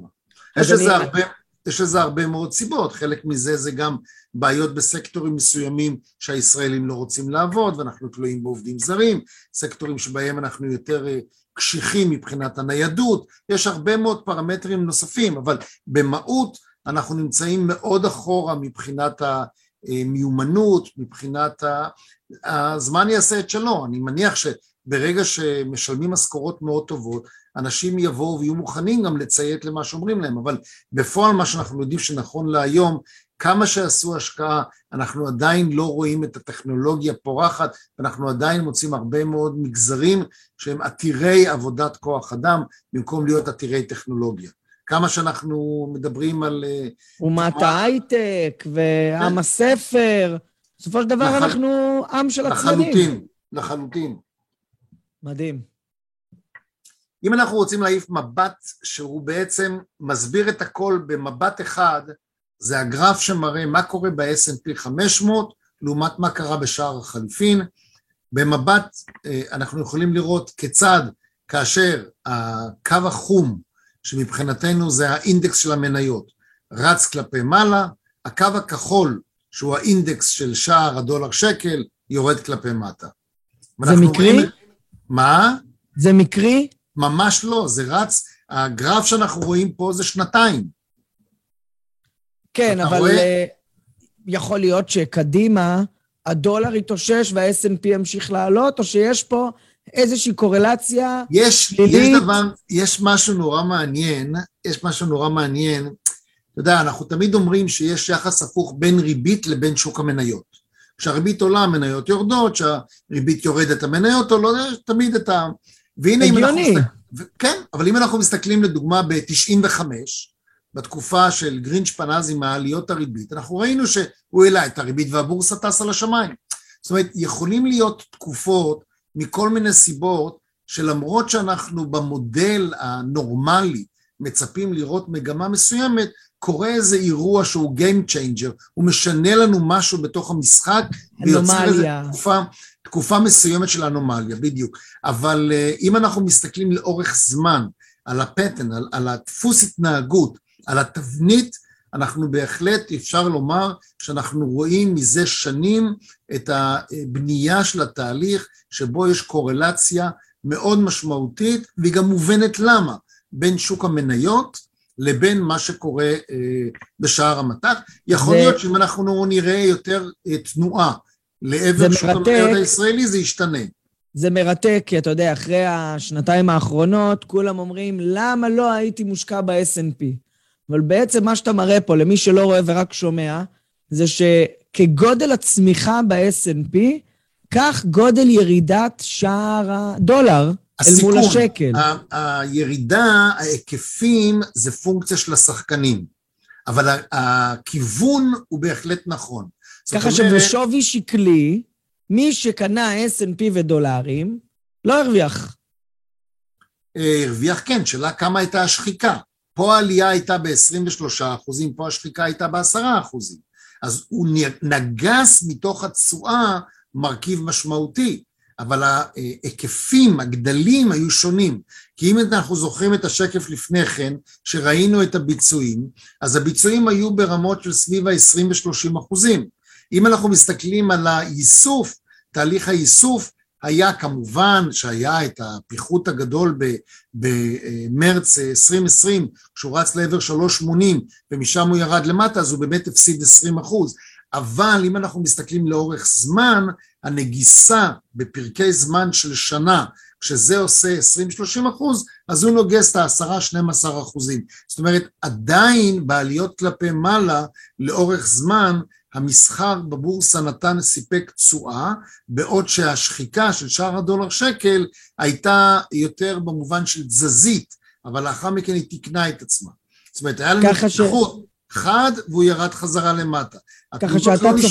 יש לזה הרבה מאוד סיבות, חלק מזה זה גם בעיות בסקטורים מסוימים שהישראלים לא רוצים לעבוד, ואנחנו תלויים בעובדים זרים, סקטורים שבהם אנחנו יותר קשיחים מבחינת הניידות, יש הרבה מאוד פרמטרים נוספים, אבל במהות אנחנו נמצאים מאוד אחורה מבחינת המיומנות, מבחינת הזמן יעשה את שלו. אני מניח שברגע שמשלמים משכורות מאוד טובות, אנשים יבואו ויהיו מוכנים גם לציית למה שאומרים להם, אבל בפועל מה שאנחנו יודעים שנכון להיום, כמה שעשו השקעה, אנחנו עדיין לא רואים את הטכנולוגיה פורחת, ואנחנו עדיין מוצאים הרבה מאוד מגזרים שהם עתירי עבודת כוח אדם, במקום להיות עתירי טכנולוגיה. כמה שאנחנו מדברים על... אומת ההייטק ועם הספר, בסופו של דבר אנחנו עם של עצמנים. לחלוטין. מדהים. אם אנחנו רוצים להעיף מבט שהוא בעצם מסביר את הכל במבט אחד, זה הגרף שמראה מה קורה ב-S&P 500, לעומת מה קרה בשער החליפין. במבט אנחנו יכולים לראות כיצד כאשר הקו החום, שמבחינתנו זה האינדקס של המניות, רץ כלפי מעלה, הקו הכחול, שהוא האינדקס של שער הדולר שקל, יורד כלפי מטה. זה מקרי? מה? זה מקרי? ממש לא, זה רץ, הגרף שאנחנו רואים פה זה שנתיים. כן, אבל יכול להיות שקדימה, הדולר יתאושש וה-S&P ימשיך לעלות, או שיש פה איזושהי קורלציה שלילית? יש משהו נורא מעניין, אתה יודע, אנחנו תמיד אומרים שיש יחס הפוך בין ריבית לבין שוק המניות. כשהריבית עולה, המניות יורדות, כשהריבית יורדת, המניות עולות, תמיד את ה... הגיוני. כן, אבל אם אנחנו מסתכלים לדוגמה ב-95, בתקופה של גרינשפן אז עם העליות הריבית, אנחנו ראינו שהוא העלה את הריבית והבורסה טסה לשמיים. זאת אומרת, יכולים להיות תקופות מכל מיני סיבות, שלמרות שאנחנו במודל הנורמלי מצפים לראות מגמה מסוימת, קורה איזה אירוע שהוא game changer, הוא משנה לנו משהו בתוך המשחק, ויוצר איזה תקופה מסוימת של אנומליה, בדיוק. אבל אם אנחנו מסתכלים לאורך זמן, על הפטן, על הדפוס התנהגות, על התבנית, אנחנו בהחלט אפשר לומר שאנחנו רואים מזה שנים את הבנייה של התהליך, שבו יש קורלציה מאוד משמעותית, והיא גם מובנת למה, בין שוק המניות לבין מה שקורה בשער המטח. יכול להיות שאם אנחנו נראה יותר תנועה לעבר שוק המניות הישראלי, זה ישתנה. זה מרתק, כי אתה יודע, אחרי השנתיים האחרונות, כולם אומרים, למה לא הייתי מושקע ב-S&P? אבל בעצם מה שאתה מראה פה, למי שלא רואה ורק שומע, זה שכגודל הצמיחה ב-S&P, כך גודל ירידת שער הדולר אל מול השקל. הירידה, ההיקפים, זה פונקציה של השחקנים. אבל הכיוון הוא בהחלט נכון. ככה שבשווי שקלי, מי שקנה S&P ודולרים, לא הרוויח. הרוויח כן, שאלה כמה הייתה השחיקה. פה העלייה הייתה ב-23%, פה השחיקה הייתה ב-10%. אז הוא נגס מתוך התשואה מרכיב משמעותי, אבל ההיקפים, הגדלים היו שונים. כי אם אנחנו זוכרים את השקף לפני כן, שראינו את הביצועים, אז הביצועים היו ברמות של סביב ה-20 ו-30%. אם אנחנו מסתכלים על הייסוף, תהליך הייסוף היה כמובן שהיה את הפיחות הגדול במרץ 2020, כשהוא רץ לעבר 3.80 ומשם הוא ירד למטה, אז הוא באמת הפסיד 20%. אבל אם אנחנו מסתכלים לאורך זמן, הנגיסה בפרקי זמן של שנה, כשזה עושה 20-30%, אז הוא נוגס את ה10-12%. זאת אומרת, עדיין בעליות כלפי מעלה, לאורך זמן, המסחר בבורסה נתן סיפק תשואה, בעוד שהשחיקה של שער הדולר שקל הייתה יותר במובן של תזזית, אבל לאחר מכן היא תקנה את עצמה. זאת אומרת, היה לנו פתיחות חד והוא ירד חזרה למטה. ככה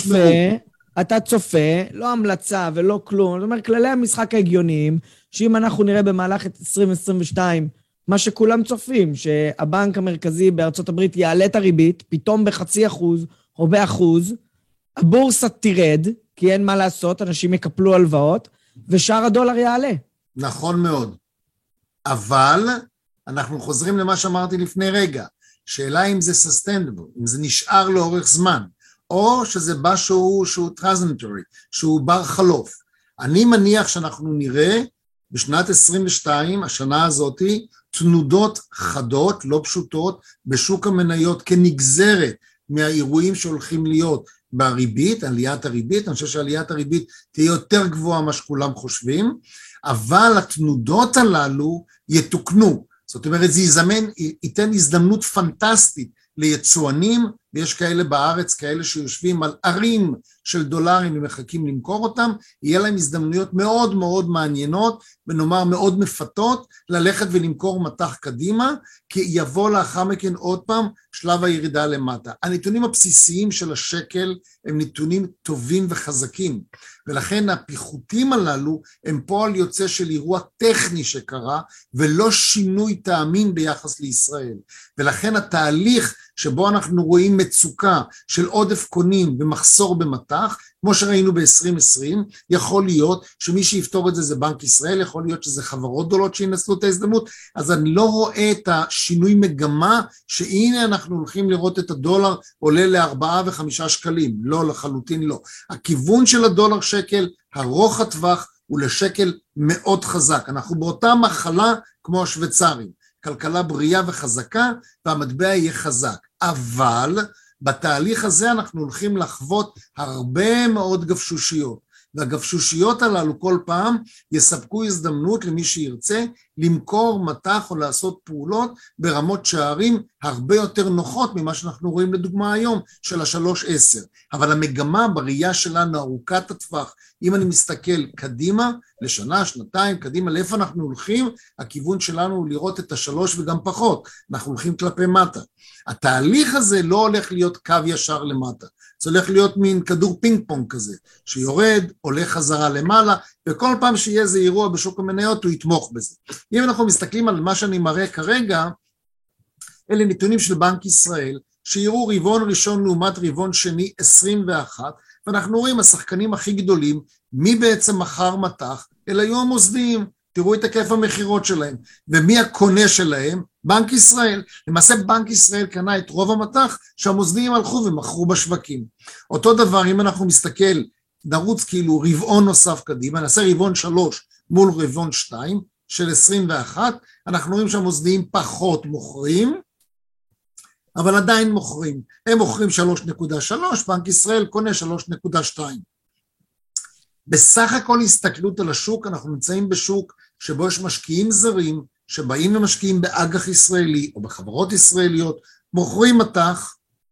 שאתה צופה, לא המלצה ולא כלום, זאת אומרת, כללי המשחק ההגיוניים, שאם אנחנו נראה במהלך 2022, מה שכולם צופים, שהבנק המרכזי בארצות הברית יעלה את הריבית, פתאום ב0.5% או ב1%, הבורסה תירד, כי אין מה לעשות, אנשים יקפלו הלוואות, ושער הדולר יעלה. נכון מאוד. אבל אנחנו חוזרים למה שאמרתי לפני רגע, שאלה אם זה sustainable, אם זה נשאר לאורך זמן, או שזה בא שהוא transitory, שהוא בר חלוף. אני מניח שאנחנו נראה בשנת 22, השנה הזאת, תנודות חדות, לא פשוטות, בשוק המניות כנגזרת מהאירועים שהולכים להיות בריבית, עליית הריבית. אני חושב שעליית הריבית תהיה יותר גבוהה מה שכולם חושבים, אבל התנודות הללו יתוקנו. זאת אומרת, זה ייתן הזדמנות פנטסטית ליצואנים, ויש כאלה בארץ, כאלה שיושבים על ערים של דולרים ומחכים למכור אותם, יהיה להם הזדמנויות מאוד מאוד מעניינות, ונאמר מאוד מפתות, ללכת ולמכור מטח קדימה, כי יבוא לאחר מכן עוד פעם שלב הירידה למטה. הנתונים הבסיסיים של השקל הם נתונים טובים וחזקים, ולכן הפיחותים הללו הם פועל יוצא של אירוע טכני שקרה, ולא שינוי טעמים ביחס לישראל. ולכן התהליך שבו אנחנו רואים מצוקה של עודף קונים ומחסור במטח, כמו שראינו ב-2020, יכול להיות שמי שיפתור את זה בנק ישראל, יכול להיות שזה חברות גדולות שינסלו את ההזדמנות, אז אני לא רואה את השינוי מגמה, שהנה אנחנו הולכים לראות את הדולר עולה ל4 ו5 שקלים, לא, לחלוטין לא. הכיוון של הדולר שקל, ארוך הטווח, ולשקל מאוד חזק. אנחנו באותה מחלה כמו השוויצרים, כלכלה בריאה וחזקה, והמטבע יהיה חזק. אבל בתהליך הזה אנחנו הולכים לחוות הרבה מאוד גבשושיות, והגבשושיות הללו כל פעם יספקו הזדמנות למי שירצה למכור מטח או לעשות פעולות ברמות שערים הרבה יותר נוחות ממה שאנחנו רואים לדוגמה היום של ה-3.10. אבל המגמה בראייה שלנו ארוכת הטווח, אם אני מסתכל קדימה לשנה, שנתיים, קדימה לאיפה אנחנו הולכים, הכיוון שלנו הוא לראות את ה-3 וגם פחות, אנחנו הולכים כלפי מטה. התהליך הזה לא הולך להיות קו ישר למטה, זה הולך להיות מין כדור פינג פונג כזה, שיורד, הולך חזרה למעלה, וכל פעם שיהיה איזה אירוע בשוק המניות הוא יתמוך בזה. אם אנחנו מסתכלים על מה שאני מראה כרגע, אלה נתונים של בנק ישראל, שיראו רבעון ראשון לעומת רבעון שני 21, ואנחנו רואים השחקנים הכי גדולים, מי בעצם מכר מטח, אלה היו המוסדיים, תראו את היקף המחירות שלהם, ומי הקונה שלהם? בנק ישראל. למעשה בנק ישראל קנה את רוב המטח שהמוסדיים הלכו ומכרו בשווקים. אותו דבר אם אנחנו מסתכל, נרוץ כאילו רבעון נוסף קדימה, נעשה רבעון 3 מול רבעון 2 של 21, אנחנו רואים שהמוסדיים פחות מוכרים, אבל עדיין מוכרים. הם מוכרים 3.3, בנק ישראל קונה 3.2. בסך הכל הסתכלות על השוק, אנחנו נמצאים בשוק שבו יש משקיעים זרים, שבאים ומשקיעים באג"ח ישראלי או בחברות ישראליות, מוכרים מטח,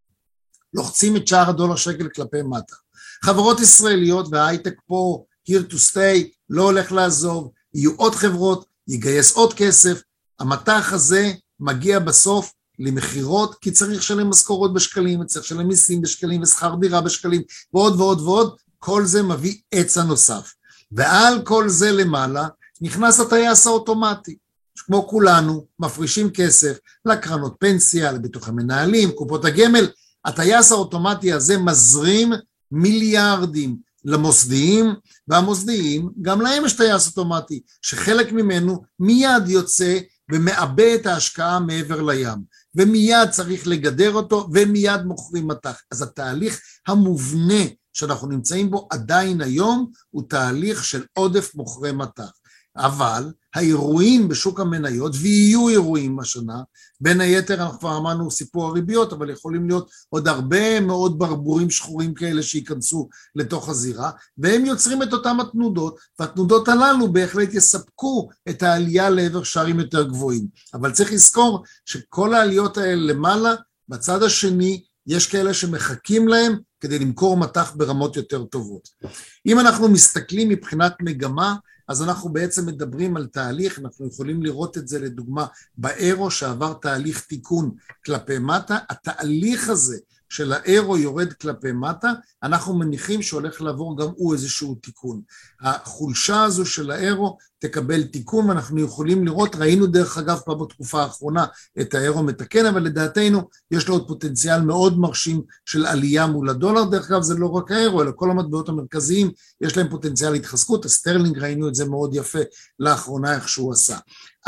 לוחצים את שער הדולר שקל כלפי מטה. חברות ישראליות וההייטק פה, here to stay, לא הולך לעזוב, יהיו עוד חברות, יגייס עוד כסף, המטח הזה מגיע בסוף למחירות, כי צריך לשלם משכורות בשקלים, צריך לשלם מיסים בשקלים ושכר דירה בשקלים, ועוד ועוד ועוד, כל זה מביא עצה נוסף. ועל כל זה למעלה, נכנס הטייס האוטומטי, כמו כולנו, מפרישים כסף לקרנות פנסיה, לביטוחי מנהלים, קופות הגמל, הטייס האוטומטי הזה מזרים מיליארדים למוסדיים, והמוסדיים, גם להם יש טייס אוטומטי, שחלק ממנו מיד יוצא ומאבד את ההשקעה מעבר לים, ומיד צריך לגדר אותו, ומיד מוכרים מטח. אז התהליך המובנה שאנחנו נמצאים בו עדיין היום, הוא תהליך של עודף מוכרי מטח. אבל האירועים בשוק המניות, ויהיו אירועים השנה, בין היתר אנחנו כבר אמרנו סיפור הריביות, אבל יכולים להיות עוד הרבה מאוד ברבורים שחורים כאלה שיכנסו לתוך הזירה, והם יוצרים את אותם התנודות, והתנודות הללו בהחלט יספקו את העלייה לעבר שערים יותר גבוהים. אבל צריך לזכור שכל העליות האלה למעלה, בצד השני יש כאלה שמחכים להם כדי למכור מטח ברמות יותר טובות. אם אנחנו מסתכלים מבחינת מגמה, אז אנחנו בעצם מדברים על תהליך, אנחנו יכולים לראות את זה לדוגמה באירו שעבר תהליך תיקון כלפי מטה, התהליך הזה של האירו יורד כלפי מטה, אנחנו מניחים שהולך לעבור גם הוא איזשהו תיקון. החולשה הזו של האירו תקבל תיקון, ואנחנו יכולים לראות, ראינו דרך אגב פה בתקופה האחרונה את האירו מתקן, אבל לדעתנו יש לו עוד פוטנציאל מאוד מרשים של עלייה מול הדולר, דרך אגב זה לא רק האירו, אלא כל המטבעות המרכזיים יש להם פוטנציאל התחזקות, הסטרלינג ראינו את זה מאוד יפה לאחרונה איך שהוא עשה.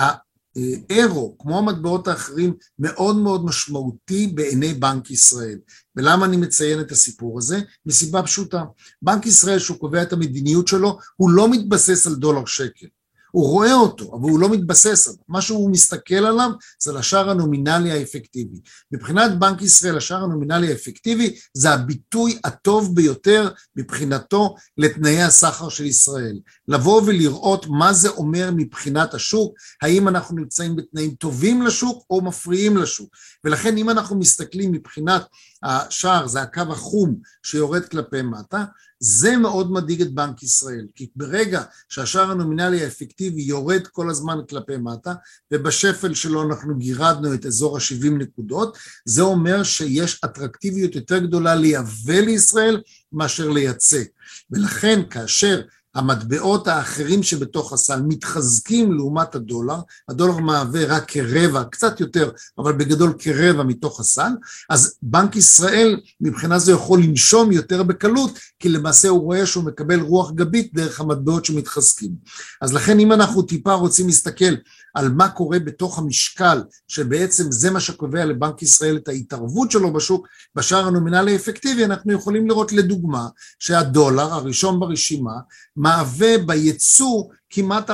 אירו, כמו המטבעות האחרים, מאוד מאוד משמעותי בעיני בנק ישראל. ולמה אני מציין את הסיפור הזה? מסיבה פשוטה. בנק ישראל, שהוא קובע את המדיניות שלו, הוא לא מתבסס על דולר שקל. הוא רואה אותו, אבל הוא לא מתבסס עליו. מה שהוא מסתכל עליו, זה לשער הנומינלי האפקטיבי. מבחינת בנק ישראל, השער הנומינלי האפקטיבי, זה הביטוי הטוב ביותר מבחינתו לתנאי הסחר של ישראל. לבוא ולראות מה זה אומר מבחינת השוק, האם אנחנו נמצאים בתנאים טובים לשוק או מפריעים לשוק. ולכן אם אנחנו מסתכלים מבחינת השער, זה הקו החום שיורד כלפי מטה, זה מאוד מדאיג את בנק ישראל, כי ברגע שהשער הנומינלי האפקטיבי יורד כל הזמן כלפי מטה, ובשפל שלו אנחנו גירדנו את אזור ה-70 נקודות, זה אומר שיש אטרקטיביות יותר גדולה לייבא לישראל מאשר לייצא. ולכן כאשר המטבעות האחרים שבתוך הסל מתחזקים לעומת הדולר, הדולר מהווה רק כרבע, קצת יותר, אבל בגדול כרבע מתוך הסל, אז בנק ישראל מבחינה זו יכול לנשום יותר בקלות, כי למעשה הוא רואה שהוא מקבל רוח גבית דרך המטבעות שמתחזקים. אז לכן אם אנחנו טיפה רוצים להסתכל על מה קורה בתוך המשקל, שבעצם זה מה שקובע לבנק ישראל את ההתערבות שלו בשוק, בשער הנומינלי האפקטיבי, אנחנו יכולים לראות לדוגמה שהדולר הראשון ברשימה, מהווה בייצוא כמעט 40%,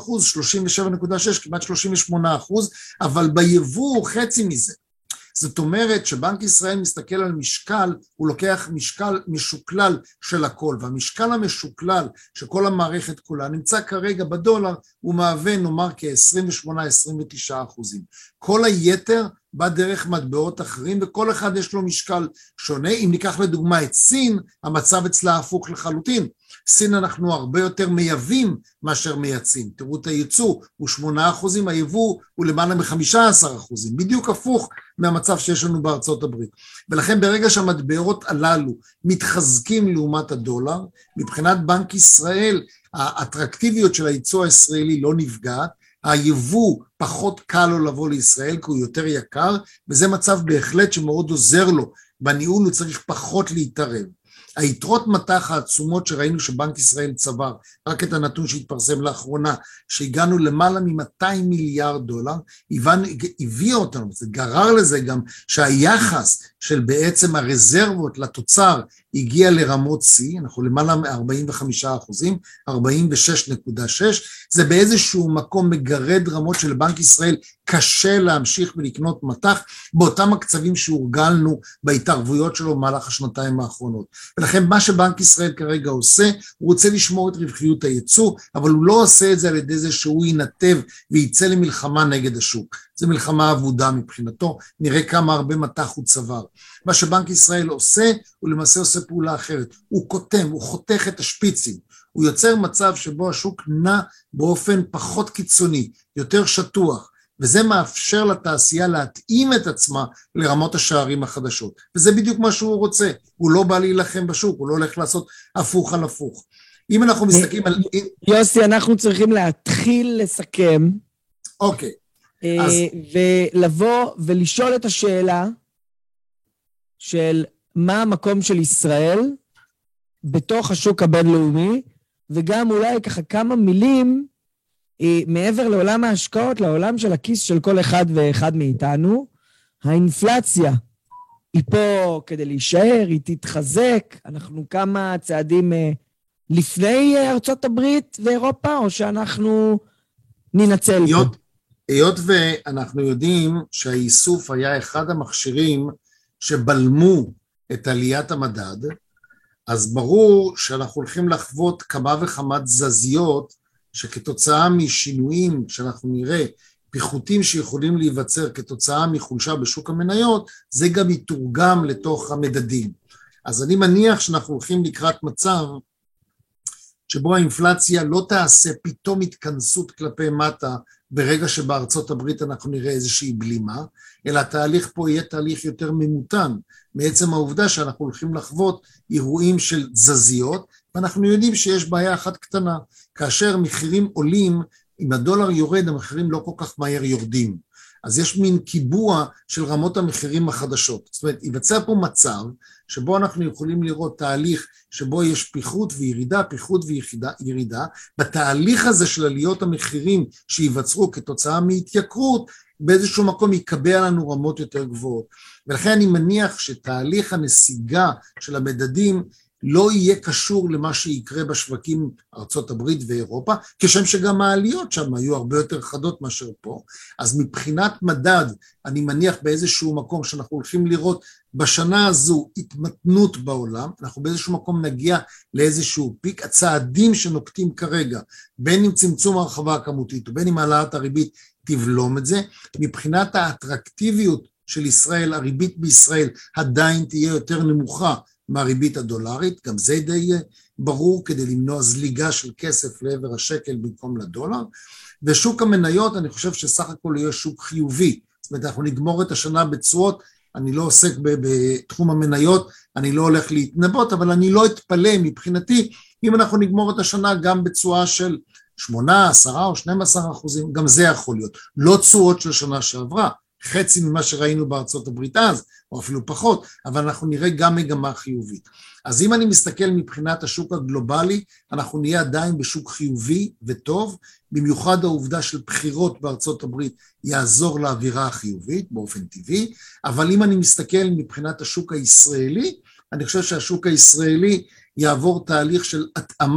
37.6, כמעט 38%, אבל ביבוא הוא חצי מזה. זאת אומרת שבנק ישראל מסתכל על משקל, הוא לוקח משקל משוקלל של הכל, והמשקל המשוקלל שכל המערכת כולה נמצא כרגע בדולר, הוא מהווה נאמר כ-28-29%. כל היתר בא דרך מטבעות אחרים, וכל אחד יש לו משקל שונה. אם ניקח לדוגמה את סין, המצב אצלה הפוך לחלוטין. סין אנחנו הרבה יותר מייבאים מאשר מייצאים. תראו את הייצוא, הוא 8%, היבוא הוא למעלה מ-15%, בדיוק הפוך מהמצב שיש לנו בארצות הברית. ולכן ברגע שהמטבעות הללו מתחזקים לעומת הדולר, מבחינת בנק ישראל, האטרקטיביות של הייצוא הישראלי לא נפגעת, היבוא פחות קל לו לבוא לישראל כי הוא יותר יקר, וזה מצב בהחלט שמאוד עוזר לו, בניהול הוא צריך פחות להתערב. היתרות מטח העצומות שראינו שבנק ישראל צבר, רק את הנתון שהתפרסם לאחרונה, שהגענו למעלה מ-200 מיליארד דולר, הביא אותנו, זה גרר לזה גם שהיחס של בעצם הרזרבות לתוצר הגיע לרמות C, אנחנו למעלה מ-45%, 46.6, זה באיזשהו מקום מגרד רמות של בנק ישראל, קשה להמשיך ולקנות מטח, באותם הקצבים שהורגלנו בהתערבויות שלו במהלך השנתיים האחרונות. ולכן מה שבנק ישראל כרגע עושה, הוא רוצה לשמור את רווחיות הייצוא, אבל הוא לא עושה את זה על ידי זה שהוא ינתב ויצא למלחמה נגד השוק. זו מלחמה עבודה מבחינתו, נראה כמה הרבה מטח הוא צבר. מה שבנק ישראל עושה, הוא למעשה עושה פעולה אחרת. הוא קוטם, הוא חותך את השפיצים. הוא יוצר מצב שבו השוק נע באופן פחות קיצוני, יותר שטוח, וזה מאפשר לתעשייה להתאים את עצמה לרמות השערים החדשות. וזה בדיוק מה שהוא רוצה. הוא לא בא להילחם בשוק, הוא לא הולך לעשות הפוך על הפוך. אם אנחנו מסתכלים על... יוסי, אנחנו צריכים להתחיל לסכם. אוקיי. ולבוא ולשאול את השאלה של מה המקום של ישראל בתוך השוק הבינלאומי, וגם אולי ככה כמה מילים מעבר לעולם ההשקעות, לעולם של הכיס של כל אחד ואחד מאיתנו. האינפלציה היא פה כדי להישאר, היא תתחזק, אנחנו כמה צעדים לפני ארצות הברית ואירופה, או שאנחנו ננצל פה? היות ואנחנו יודעים שהאיסוף היה אחד המכשירים שבלמו את עליית המדד, אז ברור שאנחנו הולכים לחוות כמה וכמה תזזיות, שכתוצאה משינויים שאנחנו נראה, פיחותים שיכולים להיווצר כתוצאה מחולשה בשוק המניות, זה גם יתורגם לתוך המדדים. אז אני מניח שאנחנו הולכים לקראת מצב, שבו האינפלציה לא תעשה פתאום התכנסות כלפי מטה, ברגע שבארצות הברית אנחנו נראה איזושהי בלימה, אלא התהליך פה יהיה תהליך יותר ממותן, מעצם העובדה שאנחנו הולכים לחוות אירועים של תזזיות, ואנחנו יודעים שיש בעיה אחת קטנה, כאשר מחירים עולים, אם הדולר יורד, המחירים לא כל כך מהר יורדים. אז יש מין קיבוע של רמות המחירים החדשות. זאת אומרת, ייווצר פה מצב שבו אנחנו יכולים לראות תהליך שבו יש פיחות וירידה, פיחות וירידה. בתהליך הזה של עליות המחירים שייווצרו כתוצאה מהתייקרות, באיזשהו מקום יקבע לנו רמות יותר גבוהות. ולכן אני מניח שתהליך הנסיגה של המדדים לא יהיה קשור למה שיקרה בשווקים ארצות הברית ואירופה, כשם שגם העליות שם היו הרבה יותר חדות מאשר פה. אז מבחינת מדד, אני מניח באיזשהו מקום שאנחנו הולכים לראות בשנה הזו התמתנות בעולם, אנחנו באיזשהו מקום נגיע לאיזשהו פיק. הצעדים שנוקטים כרגע, בין אם צמצום הרחבה הכמותית ובין אם העלאת הריבית תבלום את זה, מבחינת האטרקטיביות של ישראל, הריבית בישראל עדיין תהיה יותר נמוכה, מהריבית הדולרית, גם זה די ברור, כדי למנוע זליגה של כסף לעבר השקל במקום לדולר, ושוק המניות אני חושב שסך הכל יהיה שוק חיובי, זאת אומרת אנחנו נגמור את השנה בצורות, אני לא עוסק בתחום המניות, אני לא הולך להתנבות, אבל אני לא אתפלא מבחינתי, אם אנחנו נגמור את השנה גם בצורה של 8, 10 או 12%, גם זה יכול להיות, לא צורות של שנה שעברה, חצי ממה שראינו בארצות הברית אז, או אפילו פחות, אבל אנחנו נראה גם מגמה חיובית. אז אם אני מסתכל מבחינת השוק הגלובלי, אנחנו נהיה עדיין בשוק חיובי וטוב, במיוחד העובדה של בחירות בארצות הברית יעזור לאווירה החיובית באופן טבעי, אבל אם אני מסתכל מבחינת השוק הישראלי, אני חושב שהשוק הישראלי יעבור תהליך של התאמה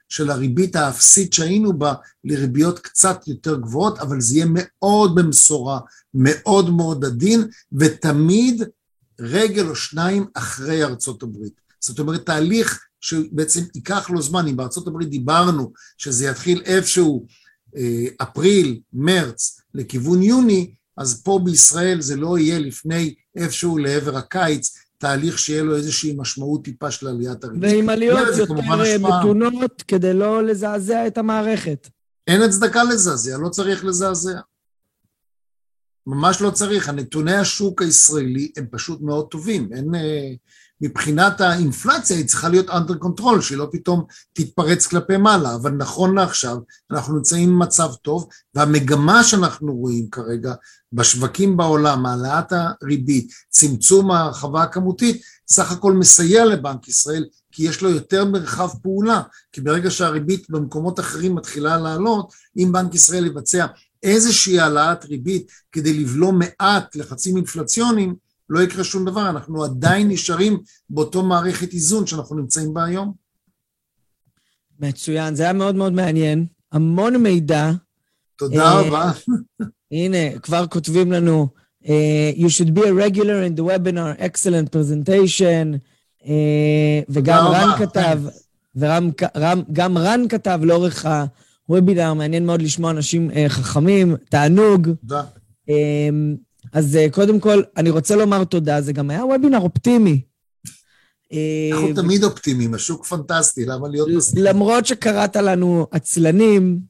של הריבית האפסית שהיינו בה לריביות קצת יותר גבוהות, אבל זה יהיה מאוד במשורה, מאוד מאוד עדין, ותמיד רגל או שניים אחרי ארצות הברית. זאת אומרת, תהליך שבעצם ייקח לו זמן, אם בארצות הברית דיברנו שזה יתחיל איפשהו אפריל, מרץ, לכיוון יוני, אז פה בישראל זה לא יהיה לפני איפשהו לעבר הקיץ, תהליך שיהיה לו איזושהי משמעות טיפה של עליית הריבית. ועם עליות יותר מתונות כדי לא לזעזע את המערכת. אין הצדקה לזעזע, לא צריך לזעזע. ממש לא צריך, הנתוני השוק הישראלי הם פשוט מאוד טובים, אין, מבחינת האינפלציה היא צריכה להיות under control, שהיא לא פתאום תתפרץ כלפי מעלה, אבל נכון לעכשיו אנחנו נמצאים במצב טוב, והמגמה שאנחנו רואים כרגע בשווקים בעולם, העלאת הריבית, צמצום ההרחבה הכמותית, סך הכל מסייע לבנק ישראל, כי יש לו יותר מרחב פעולה, כי ברגע שהריבית במקומות אחרים מתחילה לעלות, אם בנק ישראל יבצע איזושהי העלאת ריבית כדי לבלום מעט לחצים אינפלציוניים, לא יקרה שום דבר, אנחנו עדיין נשארים באותו מערכת איזון שאנחנו נמצאים בה היום. מצוין, זה היה מאוד מאוד מעניין, המון מידע. תודה רבה. הנה, כבר כותבים לנו, you should be a regular in the webinar, excellent presentation, וגם רן כתב, וגם רן כתב לאורך הוובינר, מעניין מאוד לשמוע אנשים חכמים, תענוג. תודה. אז קודם כל, אני רוצה לומר תודה, זה גם היה וובינר אופטימי. אנחנו תמיד אופטימיים, השוק פנטסטי, למה להיות מסכים? למרות שקראת לנו עצלנים,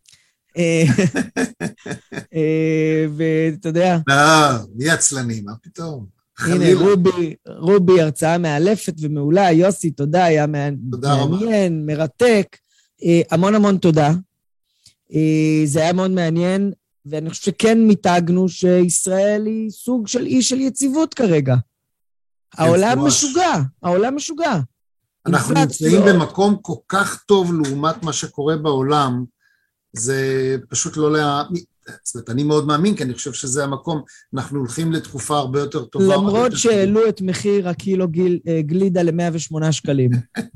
ואתה יודע... לא, מי עצלנים, מה פתאום? הנה, רובי, הרצאה מאלפת ומעולה, יוסי, תודה, היה מעניין, מרתק, המון המון תודה. זה היה מאוד מעניין, ואני חושב שכן מתאגנו שישראל היא סוג של אי של יציבות כרגע. העולם משוגע. אנחנו נמצאים במקום כל כך טוב לעומת מה שקורה בעולם, זה פשוט לא זאת אומרת, אני מאוד מאמין, כי אני חושב שזה המקום, אנחנו הולכים לתקופה הרבה יותר טובה. למרות שהעלו את מחיר הקילו גלידה ל-108 שקלים.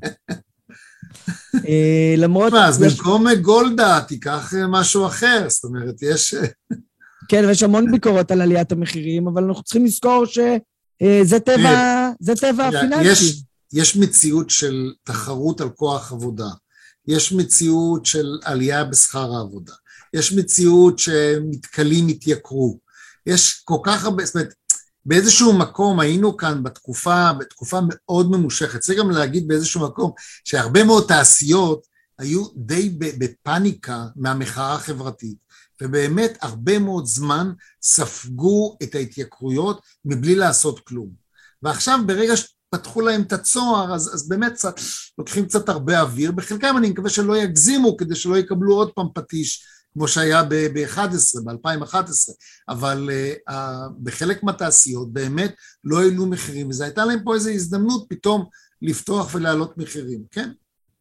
למרות... אז במקום גולדה, תיקח משהו אחר, זאת אומרת, יש... כן, ויש המון ביקורות על עליית המחירים, אבל אנחנו צריכים לזכור שזה טבע הפיננסי. יש מציאות של תחרות על כוח עבודה, יש מציאות של עלייה בשכר העבודה, יש מציאות שמתקלים התייקרו, יש כל כך הרבה, זאת אומרת, באיזשהו מקום היינו כאן בתקופה מאוד ממושכת, צריך גם להגיד באיזשהו מקום שהרבה מאוד תעשיות היו די בפאניקה מהמחאה החברתית, ובאמת הרבה מאוד זמן ספגו את ההתייקרויות מבלי לעשות כלום. ועכשיו ברגע שפתחו להם את הצוהר, אז באמת לוקחים קצת הרבה אוויר, בחלקם אני מקווה שלא יגזימו כדי שלא יקבלו עוד פעם פטיש, כמו שהיה ב-2011, אבל בחלק מהתעשיות באמת לא העלו מחירים, וזה הייתה להם פה איזו הזדמנות פתאום לפתוח ולהעלות מחירים, כן?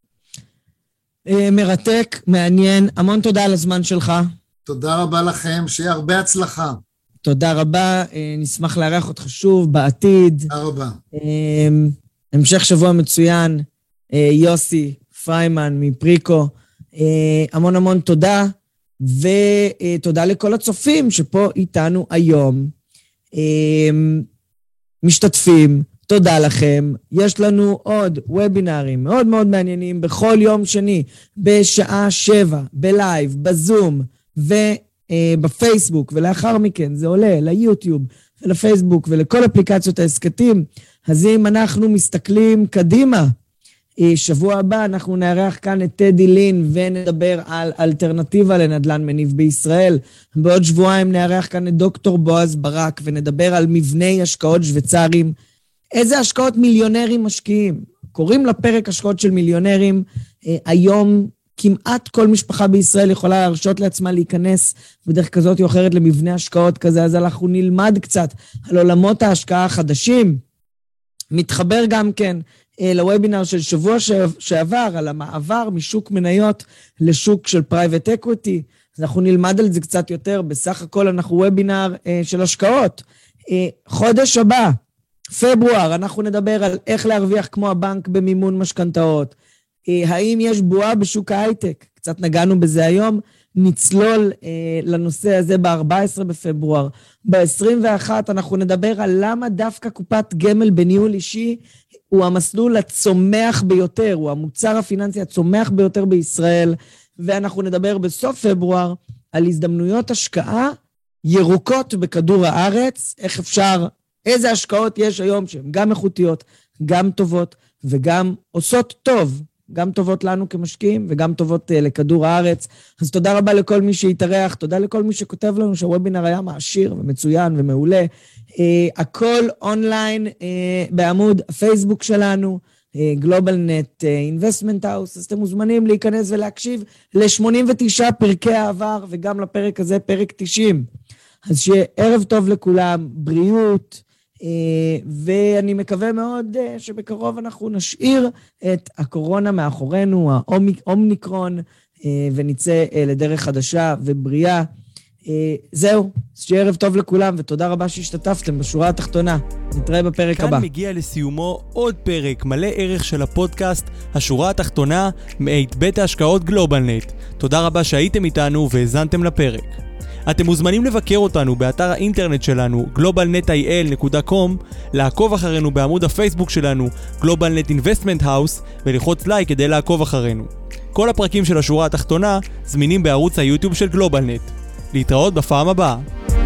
מרתק, מעניין, המון תודה על הזמן שלך. תודה רבה לכם, שיהיה הרבה הצלחה. תודה רבה, נשמח לארח אותך שוב בעתיד. תודה רבה. המשך שבוע מצוין, יוסי פריימן מפריקו, המון המון תודה. ותודה לכל הצופים שפה איתנו היום. משתתפים, תודה לכם. יש לנו עוד וובינרים מאוד מאוד מעניינים בכל יום שני, בשעה 7, בלייב, בזום ובפייסבוק, ולאחר מכן זה עולה ליוטיוב ולפייסבוק ולכל אפליקציות העסקתים. אז אם אנחנו מסתכלים קדימה, שבוע הבא אנחנו נארח כאן את טדי לין ונדבר על אלטרנטיבה לנדל"ן מניב בישראל. בעוד שבועיים נארח כאן את דוקטור בועז ברק ונדבר על מבני השקעות שוויצריים. איזה השקעות מיליונרים משקיעים? קוראים לפרק השקעות של מיליונרים. היום כמעט כל משפחה בישראל יכולה להרשות לעצמה להיכנס בדרך כזאת או אחרת למבנה השקעות כזה, אז אנחנו נלמד קצת על עולמות ההשקעה החדשים. מתחבר גם כן לוובינר של שבוע שעבר, על המעבר משוק מניות לשוק של פרייבט אקוויטי. אז אנחנו נלמד על זה קצת יותר, בסך הכל אנחנו וובינר של השקעות. חודש הבא, פברואר, אנחנו נדבר על איך להרוויח כמו הבנק במימון משכנתאות. האם יש בועה בשוק ההייטק? קצת נגענו בזה היום, נצלול לנושא הזה ב-14 בפברואר. ב-21 אנחנו נדבר על למה דווקא קופת גמל בניהול אישי הוא המסלול הצומח ביותר, הוא המוצר הפיננסי הצומח ביותר בישראל, ואנחנו נדבר בסוף פברואר על הזדמנויות השקעה ירוקות בכדור הארץ, איך אפשר, איזה השקעות יש היום שהן גם איכותיות, גם טובות וגם עושות טוב, גם טובות לנו כמשקיעים וגם טובות לכדור הארץ. אז תודה רבה לכל מי שהתארח, תודה לכל מי שכותב לנו שהוובינר היה מעשיר ומצוין ומעולה. הכל אונליין בעמוד הפייסבוק שלנו, GlobalNet Investment House, אז אתם מוזמנים להיכנס ולהקשיב ל-89 פרקי העבר וגם לפרק הזה, פרק 90. אז שיהיה ערב טוב לכולם, בריאות, ואני מקווה מאוד שבקרוב אנחנו נשאיר את הקורונה מאחורינו, האומניקרון, ונצא לדרך חדשה ובריאה. זהו, שיהיה ערב טוב לכולם, ותודה רבה שהשתתפתם בשורה התחתונה. נתראה בפרק הבא. כאן מגיע לסיומו עוד פרק מלא ערך של הפודקאסט, השורה התחתונה, מאת בית ההשקעות גלובלנט. תודה רבה שהייתם איתנו והזנתם לפרק. אתם מוזמנים לבקר אותנו באתר האינטרנט שלנו globalnetil.com, לעקוב אחרינו בעמוד הפייסבוק שלנו GlobalNet Investment House ולחוץ לייק כדי לעקוב אחרינו. כל הפרקים של השורה התחתונה זמינים בערוץ היוטיוב של גלובלנט. להתראות בפעם הבאה.